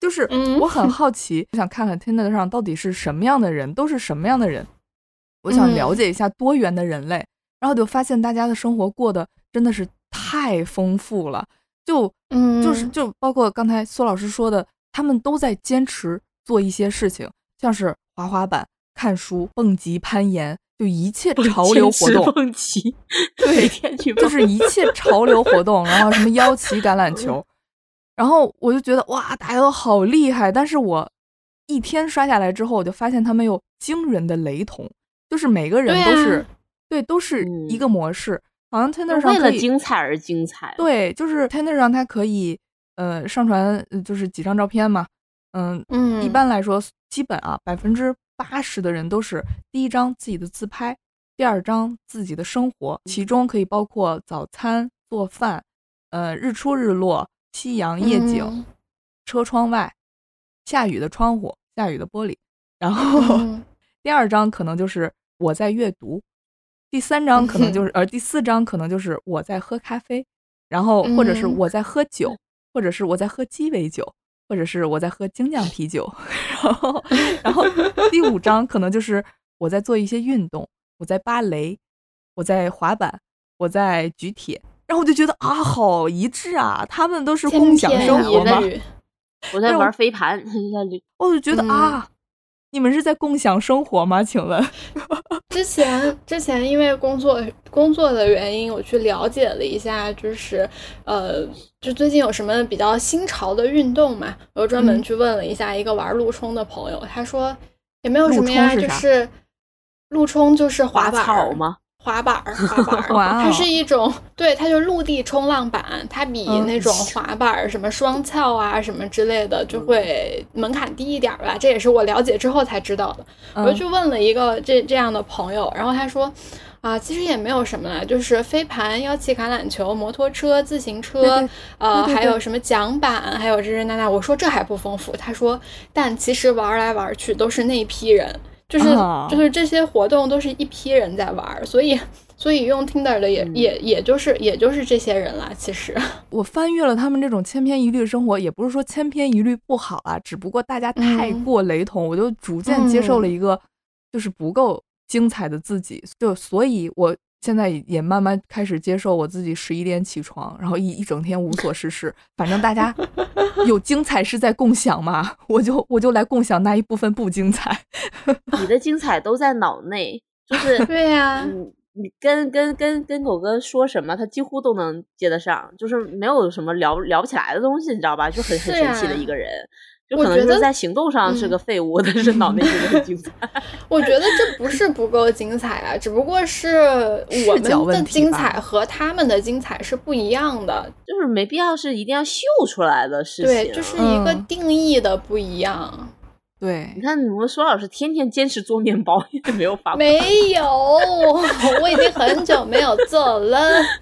就是我很好奇，我想看看 Tinder 上到底是什么样的人，都是什么样的人，我想了解一下多元的人类，嗯、然后就发现大家的生活过得真的是太丰富了，就嗯， 就是就包括刚才苏老师说的，他们都在坚持做一些事情，像是滑滑板、看书、蹦极、攀岩，就一切潮流活动。 蹦极， 对， 每天去蹦， 就是一切潮流活动，然后什么腰旗、橄榄球。然后我就觉得哇，大家都好厉害，但是我一天刷下来之后，我就发现他们有惊人的雷同，就是每个人都是 对,、啊、对，都是一个模式，嗯、好像 Tinder 上为了精彩而精彩。 对，就是 Tinder 上它可以呃上传就是几张照片嘛，嗯嗯，一般来说基本啊百分之八十的人都是第一张自己的自拍，第二张自己的生活，其中可以包括早餐、做饭，呃日出日落。夕阳夜景、嗯、车窗外下雨的窗户下雨的玻璃，然后、嗯、第二张可能就是我在阅读，第三张可能就是、嗯、呃第四张可能就是我在喝咖啡，然后或者是我在喝酒、嗯、或者是我在喝鸡尾酒，或者是我在喝精酿啤酒然后然后第五张可能就是我在做一些运动，我在芭蕾，我在滑板，我在举铁，然后我就觉得啊，好一致啊！他们都是共享生活吗？ 我在玩飞盘， 我就觉得、嗯、啊，你们是在共享生活吗？请问， 之前之前因为工作工作的原因，我去了解了一下，就是呃，就最近有什么比较新潮的运动嘛？我就专门去问了一下一个玩陆冲的朋友，嗯、他说也没有什么呀，就是陆冲就是滑板草吗？ 滑板儿，滑板儿， wow. 它是一种，对，它就是陆地冲浪板，它比那种滑板儿什么双翘啊什么之类的就会门槛低一点吧，这也是我了解之后才知道的。我就去问了一个这这样的朋友，然后他说啊，其实也没有什么啦，就是飞盘、腰旗、橄榄球、摩托车、自行车， 对对呃对对对， 还有什么桨板，还有这这那那。我说这还不丰富，他说，但其实玩来玩去都是那一批人。就是、oh. 就是这些活动都是一批人在玩，所以所以用 Tinder 的也、嗯、也也就是也就是这些人啦。其实我翻阅了他们这种千篇一律的生活，也不是说千篇一律不好啊，只不过大家太过雷同，嗯、我就逐渐接受了一个就是不够精彩的自己，嗯、就所以我现在也慢慢开始接受我自己十一点起床，然后一一整天无所事事，反正大家有精彩是在共享嘛，我就我就来共享那一部分不精彩。 你的精彩都在脑内，就是对呀、啊， 你你跟跟跟跟狗哥说什么，他几乎都能接得上，就是没有什么聊聊不起来的东西，你知道吧？就很很神奇的一个人。就可能是在行动上是个废物，但是脑内真的很精彩。 我觉得这不是不够精彩啊，只不过是我们的精彩和他们的精彩是不一样的， 就是没必要是一定要秀出来的事情。 对，就是一个定义的不一样。 嗯、对， 你看我们苏老师天天坚持做面包，也没有发没有，我已经很久没有做了。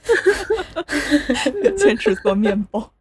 坚持做面包。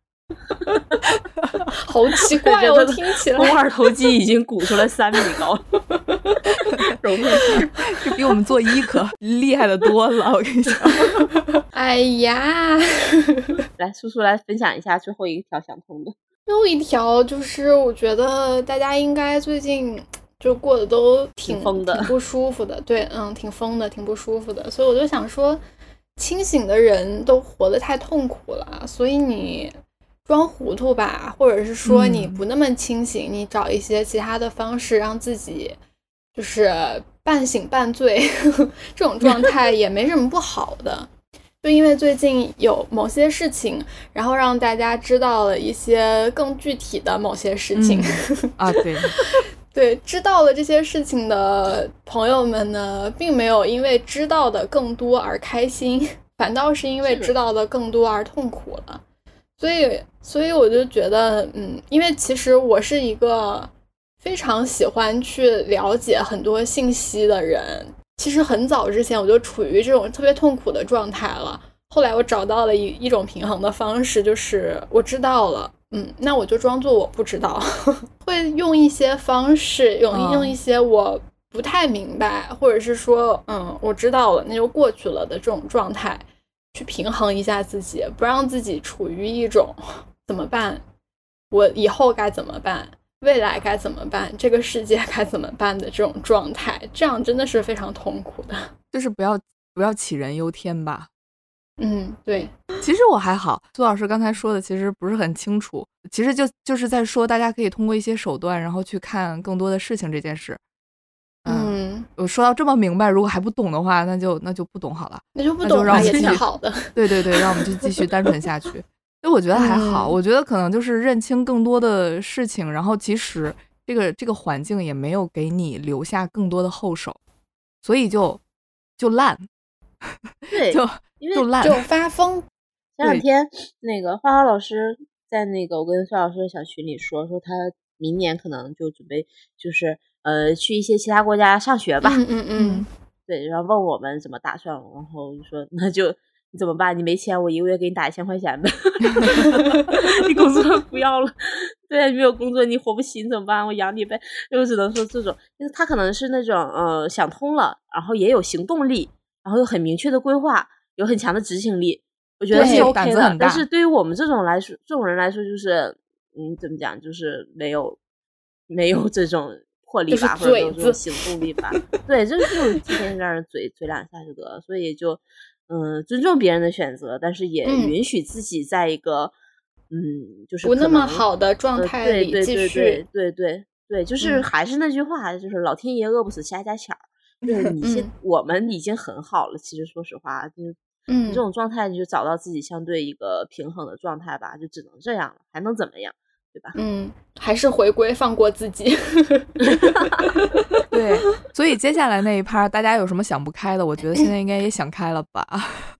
好奇怪哦，我听起来肱二头肌已经鼓出了三米高， 容易这比我们做医可厉害的多了，我跟你讲。 哎呀， 来叔叔来分享一下最后一条想通的。 最后一条就是我觉得大家应该最近就过得都挺挺疯的， 挺不舒服的，对，嗯，挺疯的，挺不舒服的，所以我就想说，清醒的人都活得太痛苦了，所以你装糊涂吧，或者是说你不那么清醒、嗯、你找一些其他的方式让自己就是半醒半醉这种状态也没什么不好的。就因为最近有某些事情，然后让大家知道了一些更具体的某些事情、 嗯、啊对对，知道了这些事情的朋友们呢，并没有因为知道的更多而开心，反倒是因为知道的更多而痛苦了。所以，所以我就觉得，嗯，因为其实我是一个非常喜欢去了解很多信息的人。其实很早之前我就处于这种特别痛苦的状态了。后来我找到了一一种平衡的方式，就是我知道了，嗯，那我就装作我不知道，会用一些方式，用用一些我不太明白，或者是说，嗯，我知道了，那就过去了的这种状态。去平衡一下自己，不让自己处于一种怎么办我以后该怎么办，未来该怎么办，这个世界该怎么办的这种状态，这样真的是非常痛苦的。 就是不要不要杞人忧天吧。 嗯，对。 其实我还好，苏老师刚才说的其实不是很清楚，其实就就是在说大家可以通过一些手段，然后去看更多的事情这件事。嗯，嗯我说到这么明白，如果还不懂的话，那就那就不懂好了， 那就不懂了也挺好的。 对对对，让我们就继续单纯下去。所以我觉得还好、嗯，我觉得可能就是认清更多的事情，然后其实这个这个环境也没有给你留下更多的后手，所以就就烂， 对， 就就烂， 就发疯。 前两天那个花花老师在那个我跟孙老师的小群里说，说他明年可能就准备就是呃去一些其他国家上学吧。 嗯嗯嗯， 对，然后问我们怎么打算，然后就说那就。你怎么办？你没钱，我一个月给你打一千块钱呗。你工作不要了，对，你没有工作，你活不起，你怎么办？我养你呗。就只能说这种，就是他可能是那种呃想通了，然后也有行动力，然后有很明确的规划，有很强的执行力，我觉得是 OK 的。但是对于我们这种来说，这种人来说，就是嗯，怎么讲，就是没有没有这种魄力吧，或者有这种行动力吧。对，就是天天让人嘴嘴两下就得了，所以就。嗯，尊重别人的选择，但是也允许自己在一个 嗯, 嗯，就是不那么好的状态里继续。 呃、对对对对对对，就是还是那句话，嗯、就是老天爷饿不死瞎家巧。就是你现、嗯、我们已经很好了，其实说实话，就是嗯，这种状态你就找到自己相对一个平衡的状态吧，就只能这样了，还能怎么样？对吧？ 嗯，还是回归放过自己。 对，所以接下来那一趴，大家有什么想不开的？我觉得现在应该也想开了吧。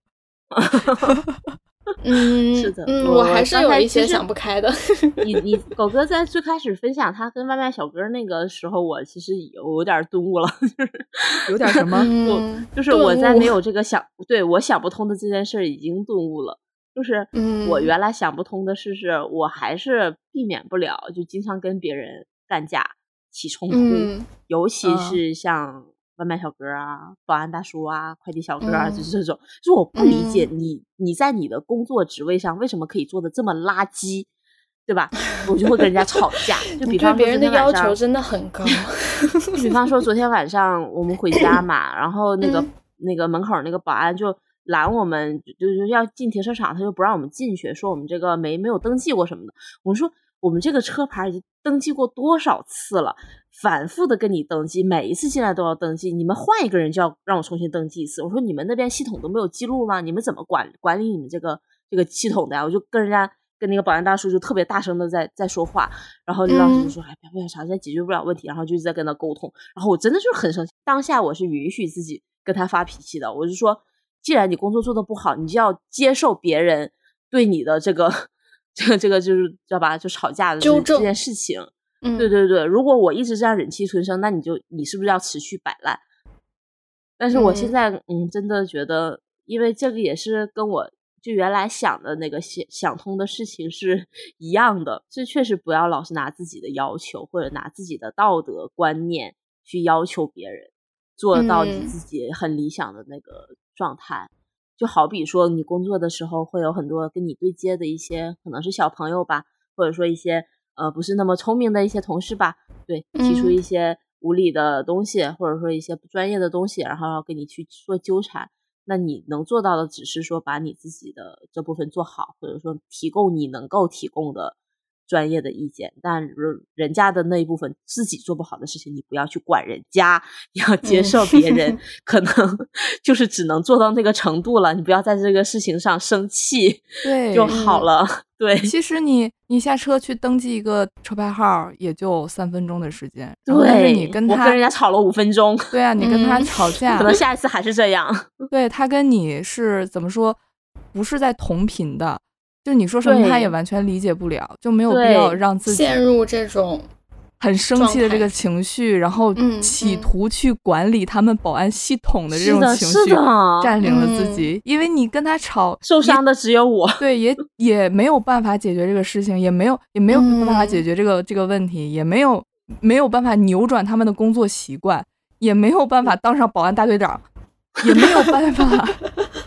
嗯， 是的， 嗯，我还是有一些想不开的。 你你狗哥在最开始分享他跟外卖小哥那个时候，我其实有有点顿悟了，就是有点什么？ 我就是我在没有这个想，对我想不通的这件事已经顿悟了。就是我原来想不通的事是，我还是避免不了，就经常跟别人干架起冲突， 嗯、 尤其是像外卖小哥啊、保安大叔啊、快递小哥啊，嗯、就是这种，就我不理解你，嗯、你在你的工作职位上为什么可以做的这么垃圾，对吧？我就会跟人家吵架。就比方说对别人的要求真的很高。 就比方说昨天晚上我们回家嘛，然后那个、嗯、那个门口那个保安就。拦我们就是要进停车场，他就不让我们进去，说我们这个没没有登记过什么的。我说我们这个车牌已经登记过多少次了，反复的跟你登记，每一次进来都要登记，你们换一个人就要让我重新登记一次。我说你们那边系统都没有记录吗？你们怎么管管理你们这个这个系统的呀？我就跟人家跟那个保安大叔就特别大声的在在说话，然后李老师就说、嗯、哎不要不要吵，现在解决不了问题，然后就一直在跟他沟通。然后我真的就是很生气，当下我是允许自己跟他发脾气的，我就说既然你工作做得不好，你就要接受别人对你的这个这个这个就是知道吧，就吵架的这件事情。 嗯， 对对对，如果我一直这样忍气吞声，那你就你是不是要持续摆烂？但是我现在 嗯, 嗯真的觉得，因为这个也是跟我就原来想的那个想想通的事情是一样的，是确实不要老是拿自己的要求或者拿自己的道德观念去要求别人。做到你自己很理想的那个状态、嗯、就好比说你工作的时候会有很多跟你对接的一些可能是小朋友吧，或者说一些呃不是那么聪明的一些同事吧，对，提出一些无理的东西、嗯、或者说一些不专业的东西，然后要跟你去做纠缠，那你能做到的只是说把你自己的这部分做好，或者说提供你能够提供的专业的意见，但人家的那一部分自己做不好的事情，你不要去管人家，你要接受别人、嗯、可能就是只能做到那个程度了，你不要在这个事情上生气， 对就好了、嗯、对， 其实你你下车去登记一个车牌号也就三分钟的时间， 对， 你跟他我跟人家吵了五分钟， 对啊，你跟他吵架、 嗯、可能下一次还是这样， 对，他跟你是怎么说不是在同频的，就你说什么他也完全理解不了，就没有必要让自己陷入这种很生气的这个情绪，然后企图去管理他们保安系统的这种情绪，占领了自己、嗯、因为你跟他吵受伤的只有我， 对，也也没有办法解决这个事情，也没有也没有办法解决这个、嗯、这个问题，也没有没有办法扭转他们的工作习惯，也没有办法当上保安大队长，也没有办法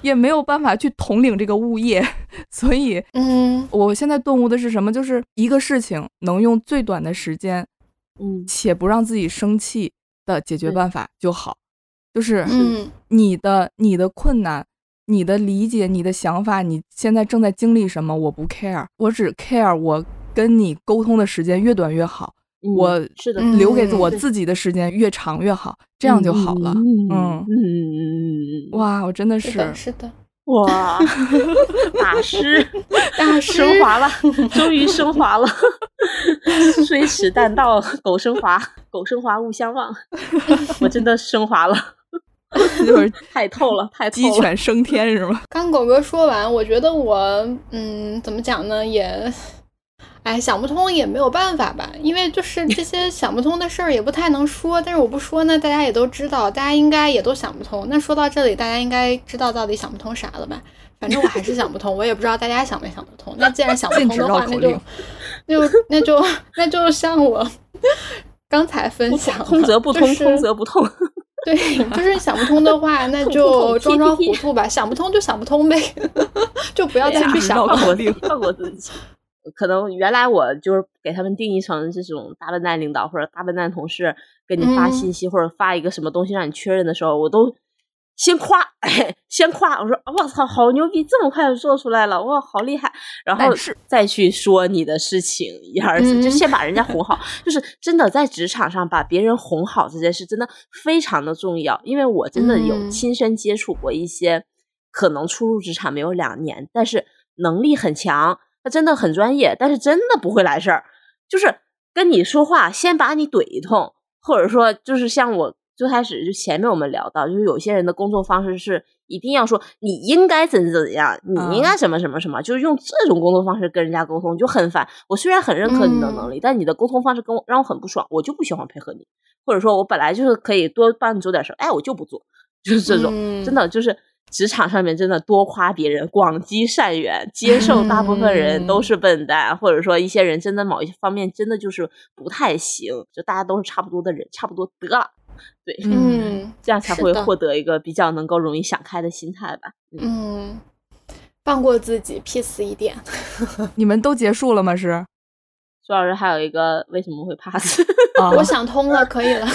也没有办法去统领这个物业，所以， 嗯， 我现在顿悟的是什么？就是一个事情能用最短的时间， 嗯， 且不让自己生气的解决办法就好。就是嗯， 你的你的困难，你的理解，你的想法，你现在正在经历什么，我不 care， 我只 care 我跟你沟通的时间越短越好。 嗯、 我是的， 留给我自己的时间越长越好，这样就好了。 嗯嗯嗯， 哇，我真的是的，是的， 哇，大师， 大师升华了，终于升华了。虽迟但到，苟升华，苟升华，勿相忘。我真的升华了。 就是太透了，太透了， 鸡犬升天是吗？ 刚狗哥说完，我觉得我，嗯，怎么讲呢，也，哎，想不通也没有办法吧，因为就是这些想不通的事儿也不太能说，但是我不说呢，大家也都知道，大家应该也都想不通。那说到这里，大家应该知道到底想不通啥了吧？反正我还是想不通，我也不知道大家想没想得通。那既然想不通的话，那就，那就那就那就像我刚才分享， 通则不通， 就是、 通则不通。 对，就是想不通的话，那就装装糊涂吧。想不通就想不通呗，就不要再去想了。我放过自己。可能原来我就是给他们定义成这种大笨蛋领导或者大笨蛋同事，给你发信息、嗯、或者发一个什么东西让你确认的时候，我都先夸，哎，先夸，我说我操，好牛逼，这么快就做出来了，哇，好厉害，然后再去说你的事情一二三，就先把人家哄好。就是真的在职场上把别人哄好这件事真的非常的重要，因为我真的有亲身接触过一些可能初入职场没有两年，但是能力很强，他真的很专业，但是真的不会来事儿，就是跟你说话先把你怼一通，或者说就是像我最开始就前面我们聊到，就是有些人的工作方式是一定要说你应该怎怎样，你应该什么什么什么、嗯、就是用这种工作方式跟人家沟通就很烦。我虽然很认可你的能力、嗯、但你的沟通方式跟我让我很不爽，我就不喜欢配合你，或者说我本来就是可以多帮你做点事，哎，我就不做，就是这种、嗯、真的就是职场上面真的多夸别人，广积善缘，接受大部分人都是笨蛋、嗯、或者说一些人真的某一方面真的就是不太行，就大家都是差不多的人，差不多得了，对， 嗯， 这样才会获得一个比较能够容易想开的心态吧。 嗯，嗯放过自己 peace 一点。 你们都结束了吗？是苏老师还有一个为什么会 pass、 哦、我想通了，可以了。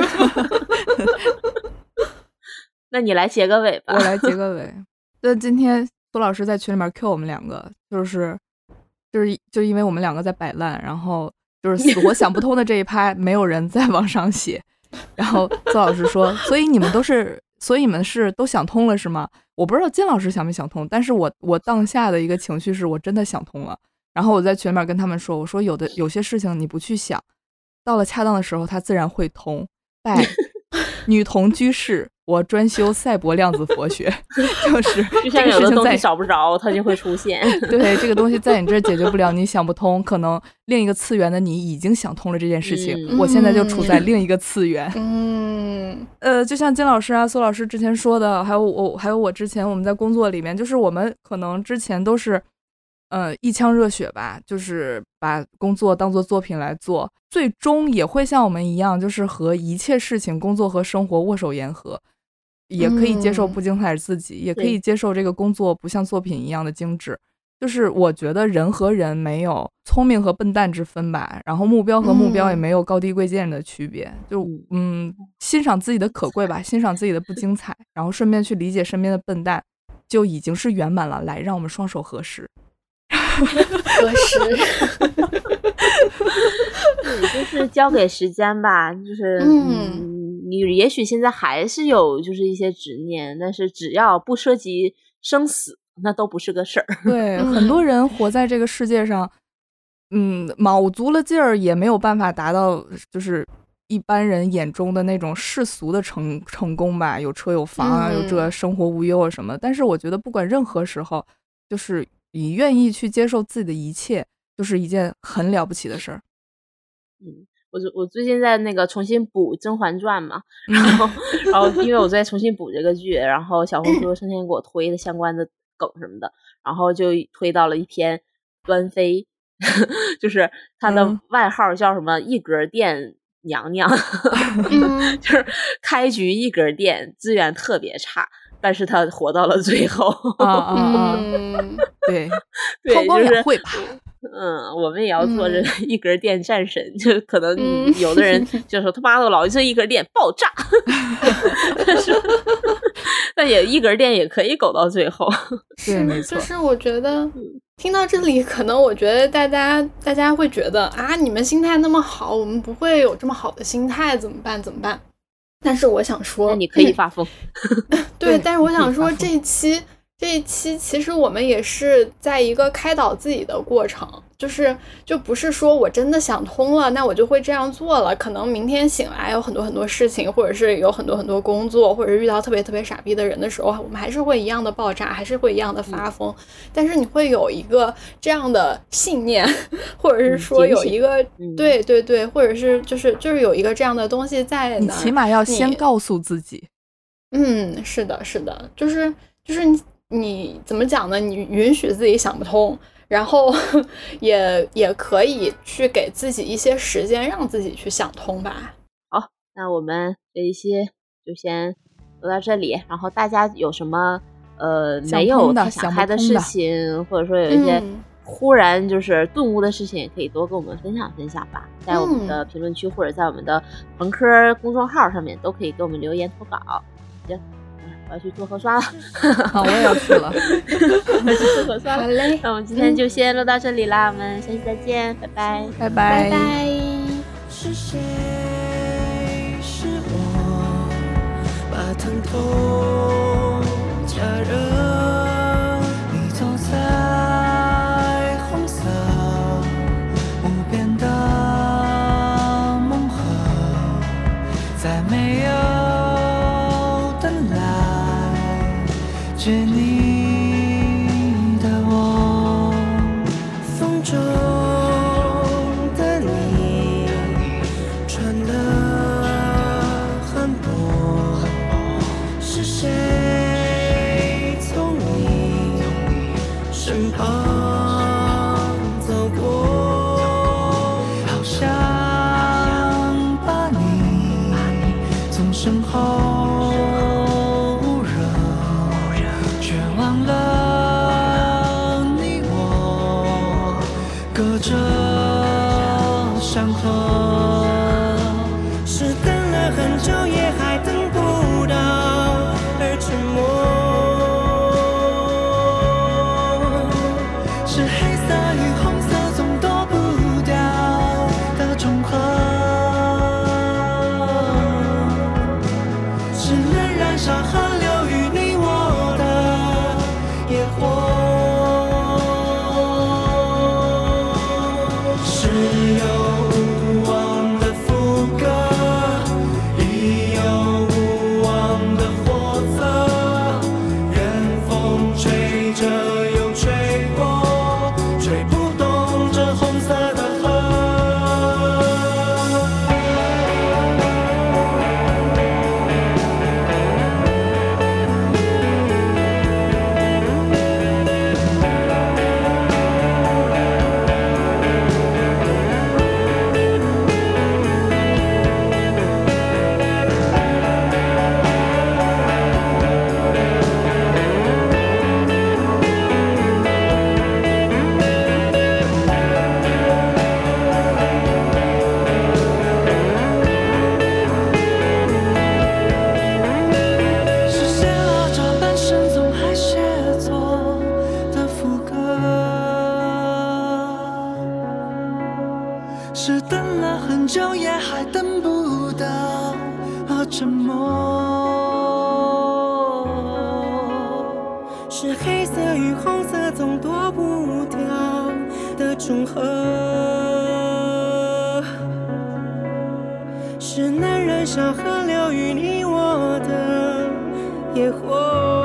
那你来结个尾吧。 我来结个尾。就今天苏老师在群里面 Q 我们两个，就是就是就因为我们两个在摆烂，然后就是死活想不通的这一趴没有人在网上写，然后苏老师说所以你们都是所以你们是都想通了是吗？我不知道金老师想没想通，但是我我当下的一个情绪是我真的想通了。然后我在群里面跟他们说，我说有的有些事情你不去想，到了恰当的时候它自然会通。拜女同居士，我专修赛博量子佛学，就是就像有的东西找不着它就会出现。 对，这个东西在你这儿解决不了，你想不通，可能另一个次元的你已经想通了这件事情、嗯、我现在就处在另一个次元。 嗯， 呃，就像金老师啊苏老师之前说的，还有我还有我之前我们在工作里面，就是我们可能之前都是呃一腔热血吧，就是把工作当作作品来做，最终也会像我们一样，就是和一切事情工作和生活握手言和，也可以接受不精彩自己、嗯、也可以接受这个工作不像作品一样的精致。就是我觉得人和人没有聪明和笨蛋之分吧，然后目标和目标也没有高低贵贱的区别、嗯、就嗯，欣赏自己的可贵吧，欣赏自己的不精彩，然后顺便去理解身边的笨蛋，就已经是圆满了。来，让我们双手合十。 合十。 对，就是交给时间吧，就是嗯，你也许现在还是有就是一些执念，但是只要不涉及生死，那都不是个事儿。 对，很多人活在这个世界上，嗯，卯足了劲儿也没有办法达到就是一般人眼中的那种世俗的成成功吧，有车有房啊，有这生活无忧啊什么。但是我觉得不管任何时候，就是你愿意去接受自己的一切，就是一件很了不起的事儿。 嗯，我我最近在那个重新补《甄嬛传》嘛，然后然后因为我在重新补这个剧，然后小红书成天给我推的相关的梗什么的，然后就推到了一篇端妃，就是她的外号叫什么一格店娘娘，就是开局一格店，资源特别差。 但是他活到了最后。 啊啊啊！ 嗯， 对， 对， 韬光就是养晦吧。 嗯，我们也要做这个一格电战神， 嗯、 就可能有的人就说他妈的老一这一格电爆炸，但是但也一格电也可以苟到最后。 对，没错。 就是我觉得听到这里，可能我觉得大家大家会觉得啊，你们心态那么好，我们不会有这么好的心态，怎么办？怎么办？但是我想说， 那你可以发疯。 对，但是我想说这一期。这一期其实我们也是在一个开导自己的过程，就是就不是说我真的想通了，那我就会这样做了。可能明天醒来有很多很多事情，或者是有很多很多工作，或者是遇到特别特别傻逼的人的时候，我们还是会一样的爆炸，还是会一样的发疯。嗯、但是你会有一个这样的信念，或者是说有一个、嗯、对对对，或者是就是就是有一个这样的东西在那， 你起码要先告诉自己。 嗯，是的，是的，就是就是你。你怎么讲呢？你允许自己想不通，然后也也可以去给自己一些时间，让自己去想通吧。 好，那我们这一期就先录到这里。然后大家有什么呃没有太想开的事情，或者说有一些忽然就是顿悟的事情，也可以多跟我们分享分享吧。在我们的评论区、嗯、或者在我们的朋科公众号上面都可以给我们留言投稿。行。我要去做核酸了。 好，我也要去了。 我要去做核酸了。 好嘞， 那我们今天就先录到这里啦，嗯、我们下期再见，拜拜， 拜拜， 拜拜。 是谁？是我把疼痛加热，你走在红色无边的梦河，在没有接你的我，风中的你穿了很多，是谁从你身旁走过？好想把你从身后隔着山河，是等了很久也还等不到，而沉默是黑色与红色总躲不掉的重合，是能燃烧河流与你我的野火。是等了很久也还等不到和沉默，是黑色与红色总躲不掉的重合，是能燃烧河流与你我的野火。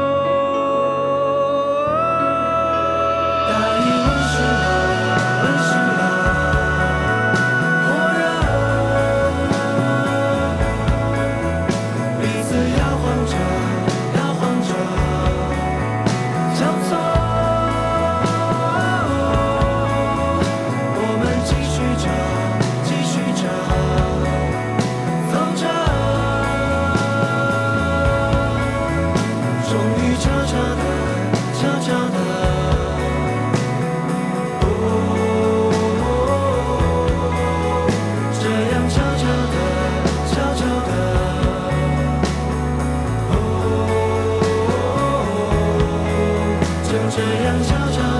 继续着，继续着，走着。 悄